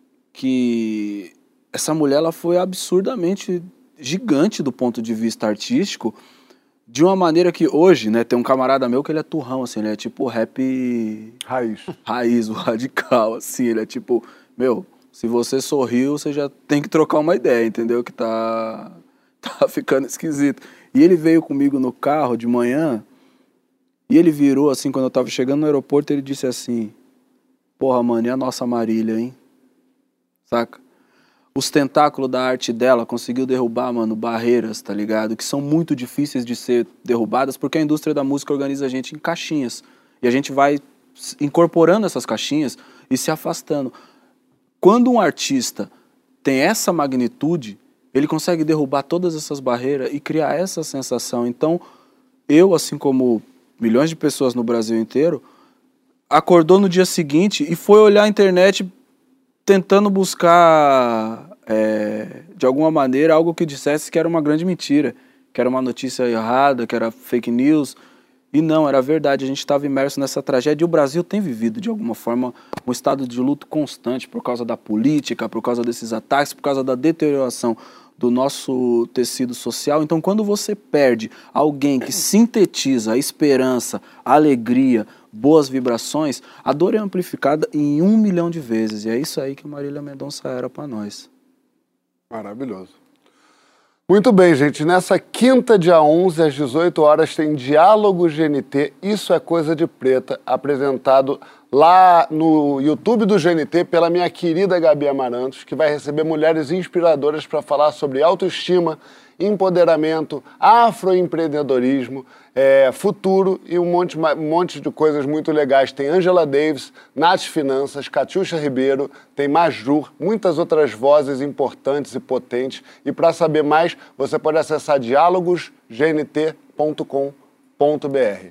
que essa mulher ela foi absurdamente gigante do ponto de vista artístico, de uma maneira que hoje, né, tem um camarada meu que ele é turrão, assim, ele é tipo rap... Raiz, o radical, assim, ele é tipo, meu, se você sorriu, você já tem que trocar uma ideia, entendeu? Que tá ficando esquisito. E ele veio comigo no carro de manhã, e ele virou, assim, quando eu tava chegando no aeroporto, ele disse assim, porra, mano, e a nossa Marília, hein? Saca? Os tentáculos da arte dela conseguiu derrubar, mano, barreiras, tá ligado? Que são muito difíceis de ser derrubadas porque a indústria da música organiza a gente em caixinhas. E a gente vai incorporando essas caixinhas e se afastando. Quando um artista tem essa magnitude, ele consegue derrubar todas essas barreiras e criar essa sensação. Então, eu, assim como milhões de pessoas no Brasil inteiro, acordou no dia seguinte e foi olhar a internet tentando buscar, de alguma maneira, algo que dissesse que era uma grande mentira, que era uma notícia errada, que era fake news. E não, era verdade, a gente estava imerso nessa tragédia e o Brasil tem vivido, de alguma forma, um estado de luto constante por causa da política, por causa desses ataques, por causa da deterioração do nosso tecido social. Então, quando você perde alguém que sintetiza a esperança, a alegria, boas vibrações, a dor é amplificada em 1 milhão de vezes. E é isso aí que Marília Mendonça era para nós. Maravilhoso. Muito bem, gente. Nessa quinta, dia 11, às 18 horas, tem Diálogo GNT, Isso é Coisa de Preta, apresentado lá no YouTube do GNT pela minha querida Gabi Amarantos, que vai receber mulheres inspiradoras para falar sobre autoestima, empoderamento, afroempreendedorismo, futuro e um monte de coisas muito legais. Tem Angela Davis, Nath Finanças, Catiuxa Ribeiro, tem Majur, muitas outras vozes importantes e potentes. E para saber mais, você pode acessar dialogosgnt.com.br.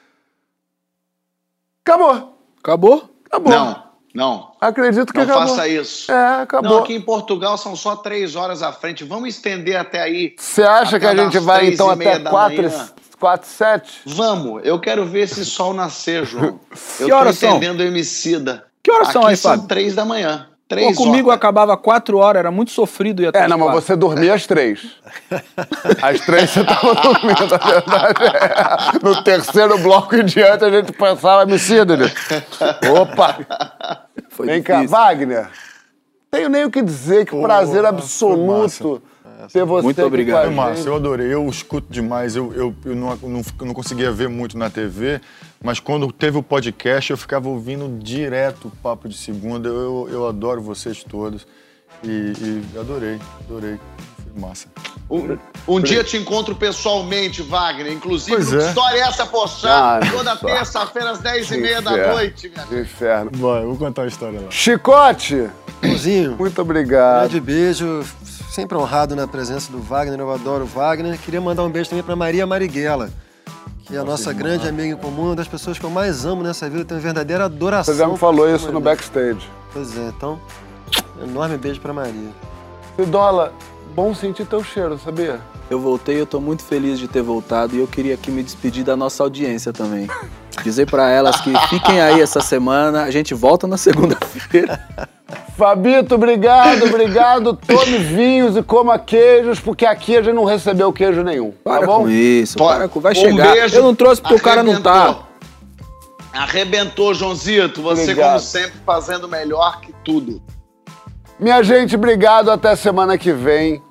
Acabou. Acabou? Acabou. Não. Acredito que não acabou. Não faça isso. Acabou. Não, aqui em Portugal são só 3 horas à frente. Vamos estender até aí. Você acha que a gente vai, então, até 4, 7? Vamos. Eu quero ver esse sol nascer, João. Eu que horas tô entendendo o Emicida. Que horas são aí, Fábio? São 3 da manhã. Pô, comigo acabava 4 horas, era muito sofrido. Ia não, mas você dormia às 3. Às 3 você tava dormindo, a verdade é. No terceiro bloco em diante a gente pensava, Emicida, né? Opa! Vem cá, Wagner. Não tenho nem o que dizer, que prazer absoluto ter você. Muito obrigado. Foi massa, eu adorei, eu escuto demais, eu não conseguia ver muito na TV, mas quando teve o podcast eu ficava ouvindo direto o Papo de Segunda, eu adoro vocês todos e adorei. Foi Massa. Um dia te encontro pessoalmente, Wagner. Inclusive, Pois no é. Que História é essa, Porchat? Ah, Toda só. terça-feira, às 10h30 da Inferno. noite, minha Que inferno. Bom, eu vou contar uma história lá. Chicote! Pãozinho, Muito obrigado. grande beijo. Sempre honrado na presença do Wagner. Eu adoro o Wagner. Queria mandar um beijo também para Maria Marighella, que é a nossa grande amiga em comum, uma das pessoas que eu mais amo nessa vida. Eu tenho verdadeira adoração. Você já me falou por isso no Maria. backstage. Pois é, então, enorme beijo para Maria. Cidola, bom sentir teu cheiro, sabia? Eu voltei, eu tô muito feliz de ter voltado e eu queria aqui me despedir da nossa audiência também. Dizer pra elas que fiquem aí essa semana, a gente volta na segunda-feira. Fabito, obrigado. Tome vinhos e coma queijos, porque aqui a gente não recebeu queijo nenhum. Para tá bom? com isso, vai Um chegar. beijo. Eu não trouxe porque o cara não tá. Arrebentou, Joãozito. Você, Obrigado. como sempre, fazendo melhor que tudo. Minha gente, obrigado. Até semana que vem.